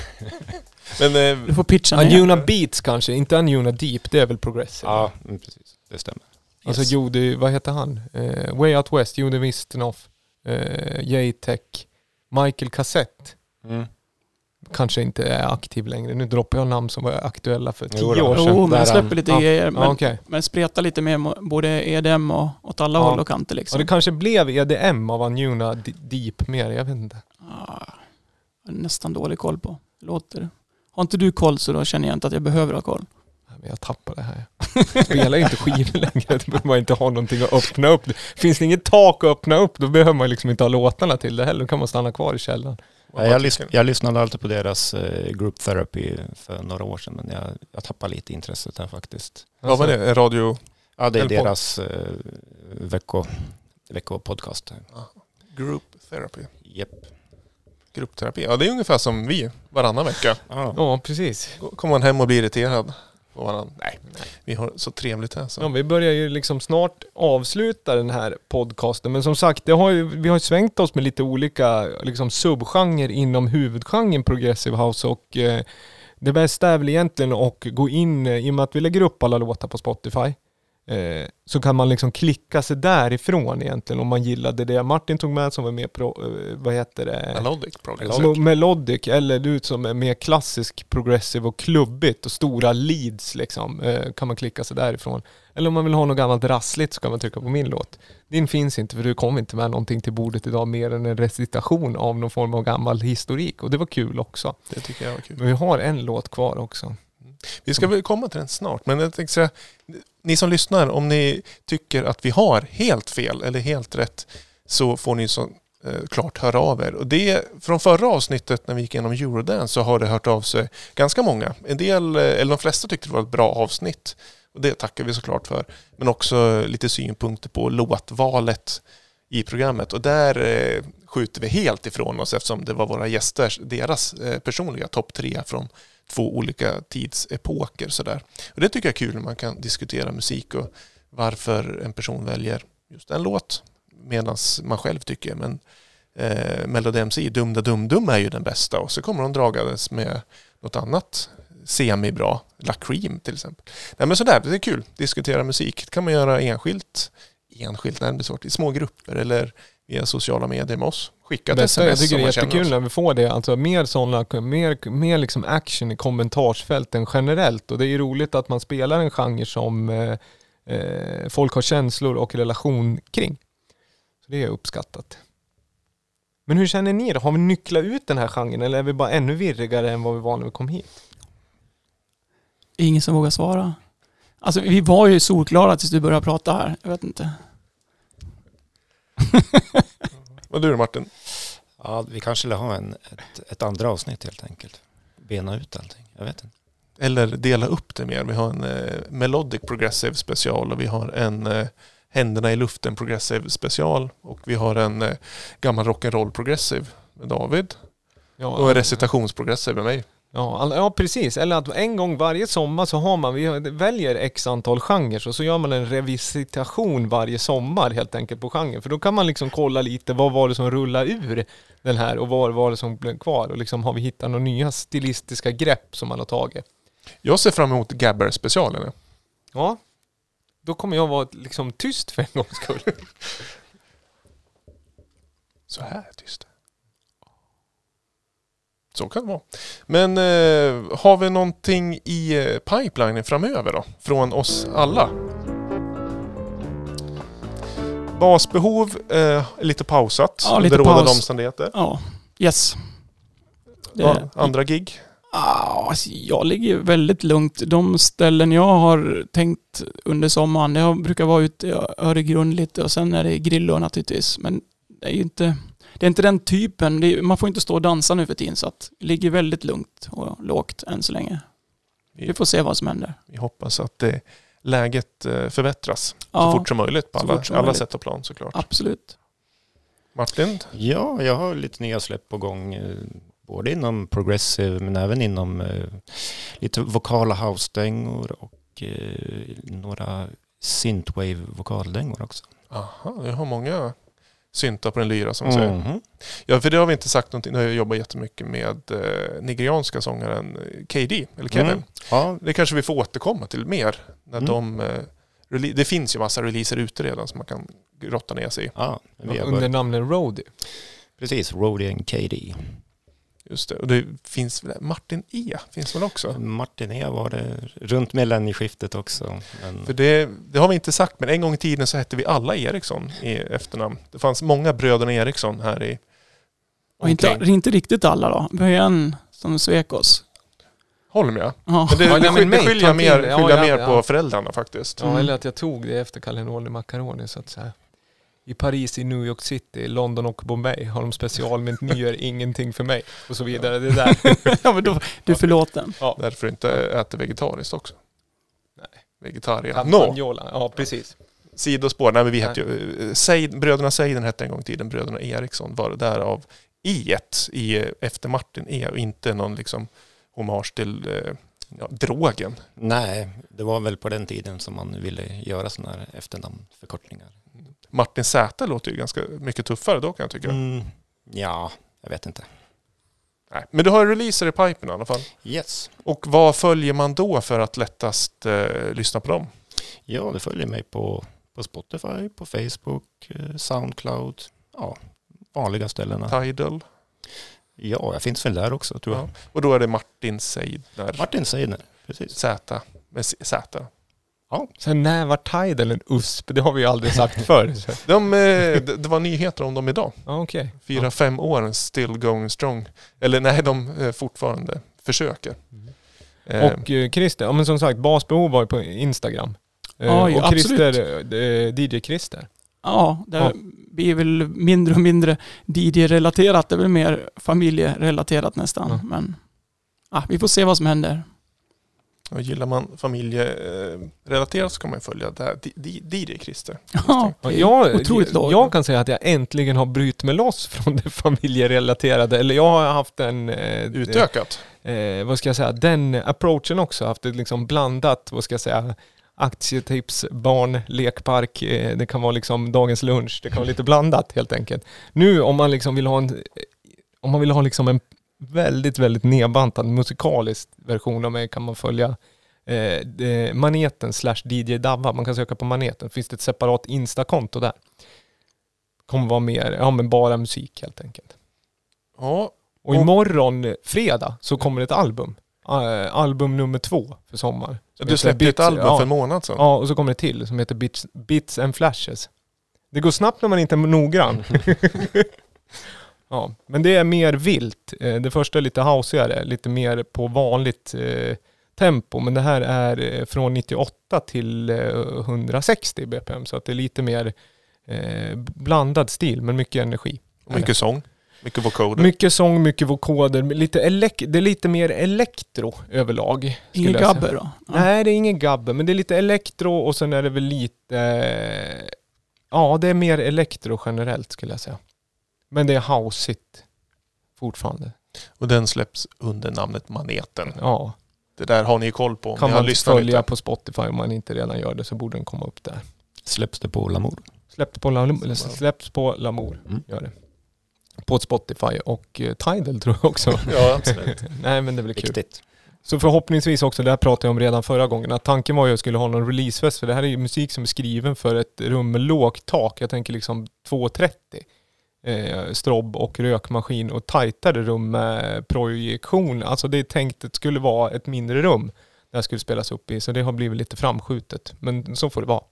Men eh, Du får pitcha ner. Anjuna Beats kanske, inte Anjuna Deep. Det är väl progressive. Ja, mm, precis. Det stämmer. Alltså Yes. Jody, vad heter han? Eh, Way Out West, Jody Wisternoff, eh, J-Tech, Michael Cassette. Mm. Kanske inte är aktiv längre. Nu droppar jag namn som var aktuella för tio Jo då. år sedan. Jo, men Där jag släpper han- lite ja. grejer. Men, Ja, okej. men spretar lite mer mo- både E D M och åt alla Ja. håll och kanter Ja, liksom. det kanske blev E D M av Anjuna D- Deep mer, jag vet inte. Ah, jag har nästan dålig koll på. Det låter. Har inte du koll så då känner jag inte att jag behöver ha koll. Men jag tappar det här. Jag spelar ju inte skivor längre. Då behöver man inte ha någonting att öppna upp. Finns det inget tak att öppna upp, då behöver man liksom inte ha låtarna till det heller. Då kan man stanna kvar i källaren. Ja, jag, lys- jag lyssnade alltid på deras eh, group therapy för några år sedan, men jag, jag tappade lite intresset här faktiskt. vad var det? En radio... Ja, det är Eller på- deras eh, vecko, veckopodcast. Group therapy. Japp. Gruppterapi. Ja, det är ungefär som vi varannan vecka. Ja. Ja, precis. Kommer man hem och blir irriterad på varandra. Nej, vi har så trevligt här. Så. Ja, vi börjar ju liksom snart avsluta den här podcasten. Men som sagt, det har ju, vi har ju svängt oss med lite olika liksom, subgenrer inom huvudgenren Progressive House. Och eh, det bästa är väl egentligen att gå in, eh, i och med att vi lägger upp alla låtar på Spotify. Eh, så kan man liksom klicka sig därifrån egentligen om man gillade det Martin tog med som var med på, eh, vad heter det? Melodic Progressive. Alltså, melodic eller du som är mer klassisk, progressive och klubbigt och stora leads liksom, eh, kan man klicka sig därifrån. Eller om man vill ha något gammalt rassligt så kan man trycka på min låt. Din finns inte för du kom inte med någonting till bordet idag mer än en recitation av någon form av gammal historik och det var kul också. Det tycker jag var kul. Men vi har en låt kvar också. Vi ska väl komma till den snart, men jag tänkte säga, ni som lyssnar, om ni tycker att vi har helt fel eller helt rätt så får ni så eh, klart höra av er. Och det, från förra avsnittet när vi gick igenom Eurodance så har det hört av sig ganska många. En del, eh, eller de flesta tyckte det var ett bra avsnitt och det tackar vi såklart för. Men också lite synpunkter på låtvalet i programmet och där eh, skjuter vi helt ifrån oss eftersom det var våra gäster, deras eh, personliga topp tre från två olika tidsepoker. Sådär. Och det tycker jag är kul när man kan diskutera musik och varför en person väljer just en låt medan man själv tycker. Men eh, Melody M C, Dum da Dum Dum är ju den bästa och så kommer de dragades med något annat semi-bra, La Cream till exempel. Nej men sådär, det är kul. Diskutera musik. Det kan man göra enskilt, enskilt när det blir svårt, i små grupper eller via sociala medier med oss. Skicka ett Bästa, sms jag tycker det är om man känner jättekul oss. när vi får det. Alltså mer sådana, mer, mer liksom action i kommentarsfälten generellt. Och det är ju roligt att man spelar en genre som eh, eh, folk har känslor och relation kring. Så det är uppskattat. Men hur känner ni då? Har vi nycklat ut den här genren eller är vi bara ännu virrigare än vad vi var när vi kom hit? Ingen som vågar svara. Alltså vi var ju solklara tills du började prata här. Jag vet inte. Vad du Martin? Ja, vi kanske skulle ha en, ett, ett andra avsnitt helt enkelt. Bena ut allting. Jag vet inte. Eller dela upp det mer. Vi har en eh, Melodic Progressive special och vi har en eh, Händerna i luften Progressive special och vi har en eh, gammal rock'n'roll Progressive med David Ja, och en recitationsprogressive med mig. Ja, all, ja, precis. Eller att en gång varje sommar så har man, vi väljer x antal genrer och så gör man en revisitation varje sommar helt enkelt på genren. För då kan man liksom kolla lite vad var det som rullade ur den här och vad var det som blev kvar. Och liksom har vi hittat några nya stilistiska grepp som man har tagit. Jag ser fram emot Gabber-specialen. Ja, då kommer jag vara liksom tyst för en gångs skull. Så här tyst. Så kan det vara. Men eh, har vi någonting i eh, pipelinen framöver då? Från oss alla? Basbehov eh, är lite pausat. Ja, lite under rådande paus. omständigheter. Ja, yes. Det, Ja, andra gig? ah, alltså, jag ligger väldigt lugnt. De ställen jag har tänkt under sommaren, det har- brukar vara ute i Öregrund lite och sen är det Grillo naturligtvis. Men det är ju inte, det är inte den typen. Det är, man får inte stå och dansa nu för tiden, så att det ligger väldigt lugnt och lågt än så länge. Vi får se vad som händer. Vi hoppas att det, läget eh, förbättras Ja, så fort som möjligt på så alla, fort som alla möjligt. sätt och plan såklart. absolut. Martin? Ja, jag har lite nya släpp på gång. eh, Både inom progressive men även inom eh, lite vokala house-dängor och eh, några synthwave-vokaldängor också. Aha, jag har många syntar på den lyra som man säger. Mhm. Ja, för det har vi inte sagt någonting. Jag jobbar jättemycket med eh, nigerianska sångaren K D, eller Kevin. Mm. Ja, Det kanske vi får återkomma till mer. När Mm. de, eh, rele- det finns ju massa releaser ute redan som man kan grotta ner sig i. ja, vi har Under börjat. namnen Roadie. Precis, Roadie and K D. Just det. Och det finns väl, Martin E finns väl också? Martin E var det runt millennieskiftet också. Men För det, det har vi inte sagt, men en gång i tiden så hette vi alla Eriksson i efternamn. Det fanns många bröderna Eriksson här i Och inte, omkring. inte riktigt alla då. Vi har ju en som svek oss. Håller med. Ja. Men det, Ja, det, nej, men skyll- det mig, skiljer ta jag mer, till. Ja, skiljer ja, mer ja. på föräldrarna faktiskt. Ja, Mm. eller att jag tog det efter Cannelloni Macaroni så att säga. I Paris, i New York City, London och Bombay har de special med ny är ingenting för mig och så vidare. Det där. Ja, men då, du är förlåten. Därför inte äter vegetariskt också. Nej. Vegetarian. Nå, Campagnola. Ja, precis. sidospår. Nej, men vi hette ju, Seid, bröderna Seiden hette en gång i tiden bröderna Eriksson. Var det därav i ett i, efter Martin E och inte någon liksom hommage till eh, ja, drogen. nej, det var väl på den tiden som man ville göra sådana här efternamnförkortningar. Martin Z låter ju ganska mycket tuffare då kan jag tycka. Mm, ja, jag vet inte. Nej. Men du har releaser i pipen i alla fall. Yes. Och vad följer man då för att lättast eh, lyssna på dem? Ja, det följer mig på, på Spotify, på Facebook, eh, Soundcloud. Ja, vanliga ställena. Tidal. Ja, jag finns väl där också tror jag. Ja. Och då är det Martin Seidner. Martin Seidner, precis. Z med Z. Sen när var Tidal en U S P? Det har vi ju aldrig sagt förr. Så. De, eh, det, det var nyheter om dem idag. Ja, okej. Fyra, Ja. fem år, still going strong. Eller nej, de eh, fortfarande försöker. Mm. Eh, Och eh, Christer, ja men som sagt, basbehov var ju på Instagram. Eh, Ja, ja, och Christer, absolut. eh, D J Christer. Ja, det Ja. blir väl mindre och mindre D J-relaterat. Det är väl mer familjerelaterat nästan. Ja. Men ja, vi får se vad som händer. och gillar man familjerelaterat så kan man följa det här. D- D- D J Christer. Ja, Ja, det är jag, otroligt lågt. jag kan säga att jag äntligen har brytt mig loss från det familjerelaterade. Eller jag har haft en... Eh, Utökat. eh, vad ska jag säga, den approachen också, haft ett liksom blandat, vad ska jag säga, aktietips, barn, lekpark, eh, det kan vara liksom dagens lunch, det kan vara lite blandat helt enkelt. Nu om man liksom vill ha en, om man vill ha liksom en väldigt, väldigt nedbantad musikalisk version av mig kan man följa eh, det- Maneten slash D J Davva, man kan söka på Maneten, finns det ett separat Insta-konto där. Kommer vara mer, ja men bara musik helt enkelt. Ja, Och imorgon, fredag, så kommer ett album. Uh, album nummer två för sommar. Som du heter släppte ett Bits- album ja, för en månad sedan. Ja, och så kommer det till som heter Bits, Bits and Flashes. Det går snabbt när man inte är noggrann. Ja, men det är mer vilt. Eh, Det första är lite houseigare, lite mer på vanligt eh, tempo. Men det här är eh, från nittioåtta till eh, hundrasextio B P M. Så att det är lite mer eh, blandad stil, men mycket energi. Och mycket sång. Mycket vocoder. Mycket sång, mycket vokoder, lite elek- det är lite mer elektro överlag. skulle Ingen jag säga. gabbe då? Ja. Nej, det är ingen gabbe, men det är lite elektro och sen är det väl lite... eh, Ja, det är mer elektro generellt skulle jag säga. Men det är houseigt fortfarande. Och den släpps under namnet Maneten. Ja, Det där har ni koll på om kan ni har man lyssnat följa lite. på Spotify om man inte redan gör det så borde den komma upp där. Släpps det på Lamour? Släpps på, Lam- släpps på Lamour, Mm. gör det. På Spotify och eh, Tidal tror jag också. Ja, absolut. Nej, men det blir kul. Viktigt. Så förhoppningsvis också, det här pratade jag om redan förra gången, att tanken var ju att jag skulle ha någon releasefest, för det här är ju musik som är skriven för ett rum med lågt tak. Jag tänker liksom två trettio. Eh, strobb och rökmaskin och tajtare rum med projektion. Alltså det är tänkt att det skulle vara ett mindre rum där skulle spelas upp i, så det har blivit lite framskjutet. Men så får det vara.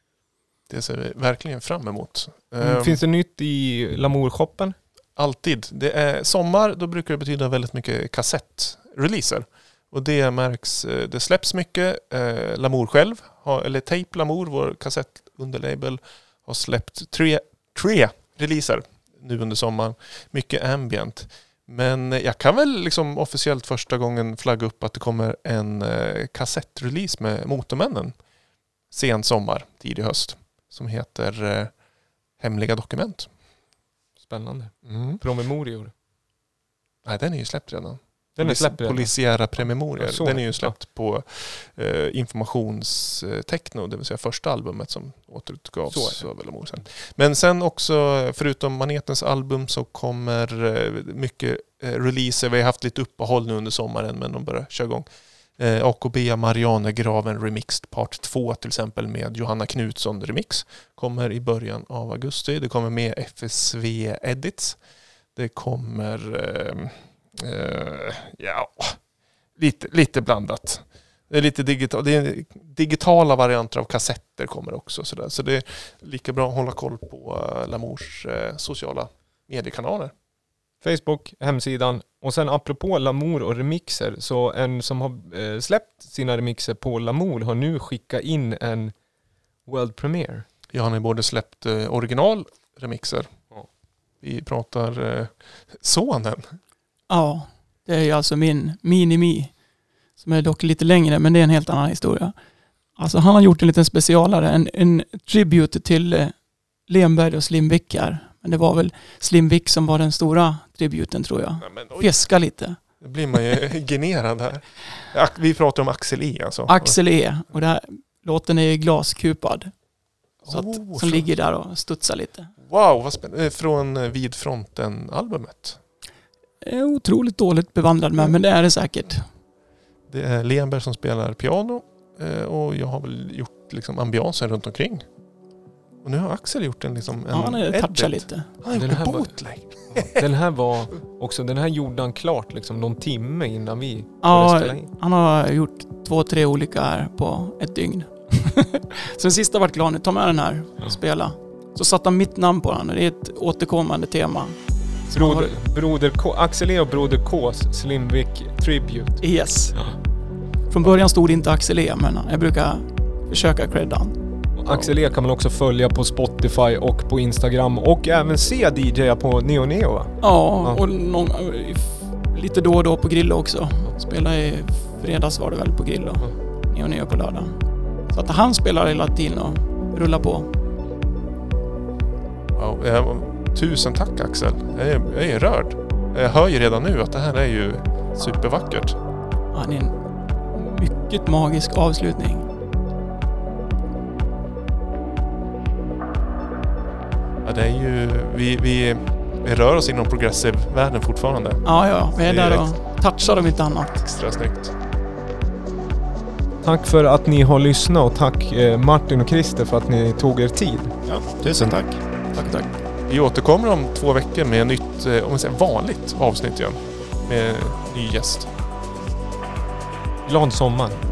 Det ser vi verkligen fram emot. Mm, Um, finns det nytt i Lamour-shoppen? Alltid. Det är sommar, då brukar det betyda väldigt mycket kassettreleaser. Och det märks, det släpps mycket. Eh, Lamour själv, har, eller Tape Lamour, vår kassettunderlabel, har släppt tre, tre releaser nu under sommaren. Mycket ambient. Men jag kan väl liksom officiellt första gången flagga upp att det kommer en eh, kassettrelease med Motormännen sen sommar, tidig höst, som heter eh, Hemliga dokument. Spännande. Mm. Promemorior. Nej, den är ju släppt redan. Den är släppt redan. Polisiära prememorier. Ja, den är ju släppt ja. på eh, informationstechno, det vill säga första albumet som återutgavs av Lamour sen. Men sen också, förutom Manetens album, så kommer eh, mycket eh, releaser. Vi har haft lite uppehåll nu under sommaren, men de börjar köra igång. Eh, A K B Marianergraven Remixed Part två till exempel med Johanna Knutsson Remix. Kommer i början av augusti. Det kommer med F S V Edits. Det kommer... Eh, Uh, ja, lite, lite blandat. Det är lite digital, det är digitala varianter av kassetter kommer också. Så, där. Så det är lika bra att hålla koll på uh, Lamours uh, sociala mediekanaler. Facebook, hemsidan. Och sen apropå Lamour och remixer, så en som har eh, släppt sina remixer på Lamour har nu skickat in en World Premiere. Ja, han har både släppt uh, originalremixer. Ja. Vi pratar uh, sonen. Ja, det är ju alltså min Mini-Mi som är dock lite längre, men det är en helt annan historia. Alltså han har gjort en liten specialare, en, en tribute till eh, Lemberg och Slim Vic här. Men det var väl Slim Vic som var den stora tributen, tror jag. Ja, men, Fjäska lite. Det blir man ju generad här. Vi pratar om Axel E. Alltså. Axel E. Och där, låten är glaskupad. Så att, Oh, som från, ligger där och studsar lite. Wow, vad spännande. Från Vid fronten-albumet. Är otroligt dåligt bevandrad med, men det är det säkert. Det är Lemberg som spelar piano och jag har väl gjort liksom ambiansen runt omkring. Och nu har Axel gjort en liksom en Ja, han är touchat lite. Han har Den gjort här en var- bootleg. Den här var också, den här gjorde han klart liksom någon timme innan vi började Ja, spela in. han har gjort två, tre olika här på ett dygn. Så den sista vart klar, nu ta med den här och spela. Så satte han mitt namn på den och det är ett återkommande tema. Broder, broder K, Axel E och Broder K's Slim Vic Tribute. Yes. Från början stod det inte Axel E, men jag brukar försöka credda han. Axel E kan man också följa på Spotify och på Instagram och även se D J på Neo Neo, va? Ja, Ja. och någon, lite då och då på Grillo också. Spela i fredags var det väl på Grillo. Neo Neo på lördag. Så att han spelar hela tiden och rullar på. Wow. Eh, Tusen tack Axel. Jag är, jag är rörd. Jag hör ju redan nu att det här är ju supervackert. Ja, det är en mycket magisk avslutning. Ja, det är ju, vi, vi, vi rör oss inom progressive-världen fortfarande. Ja, ja. Vi är Det är där och touchar om inte annat. Extra snyggt. Tack för att ni har lyssnat och tack eh, Martin och Christer för att ni tog er tid. Ja, tusen tack. Tack, tack. Vi återkommer om två veckor med ett nytt, eh, om man säger vanligt avsnitt igen. Med ny gäst. Glad sommar.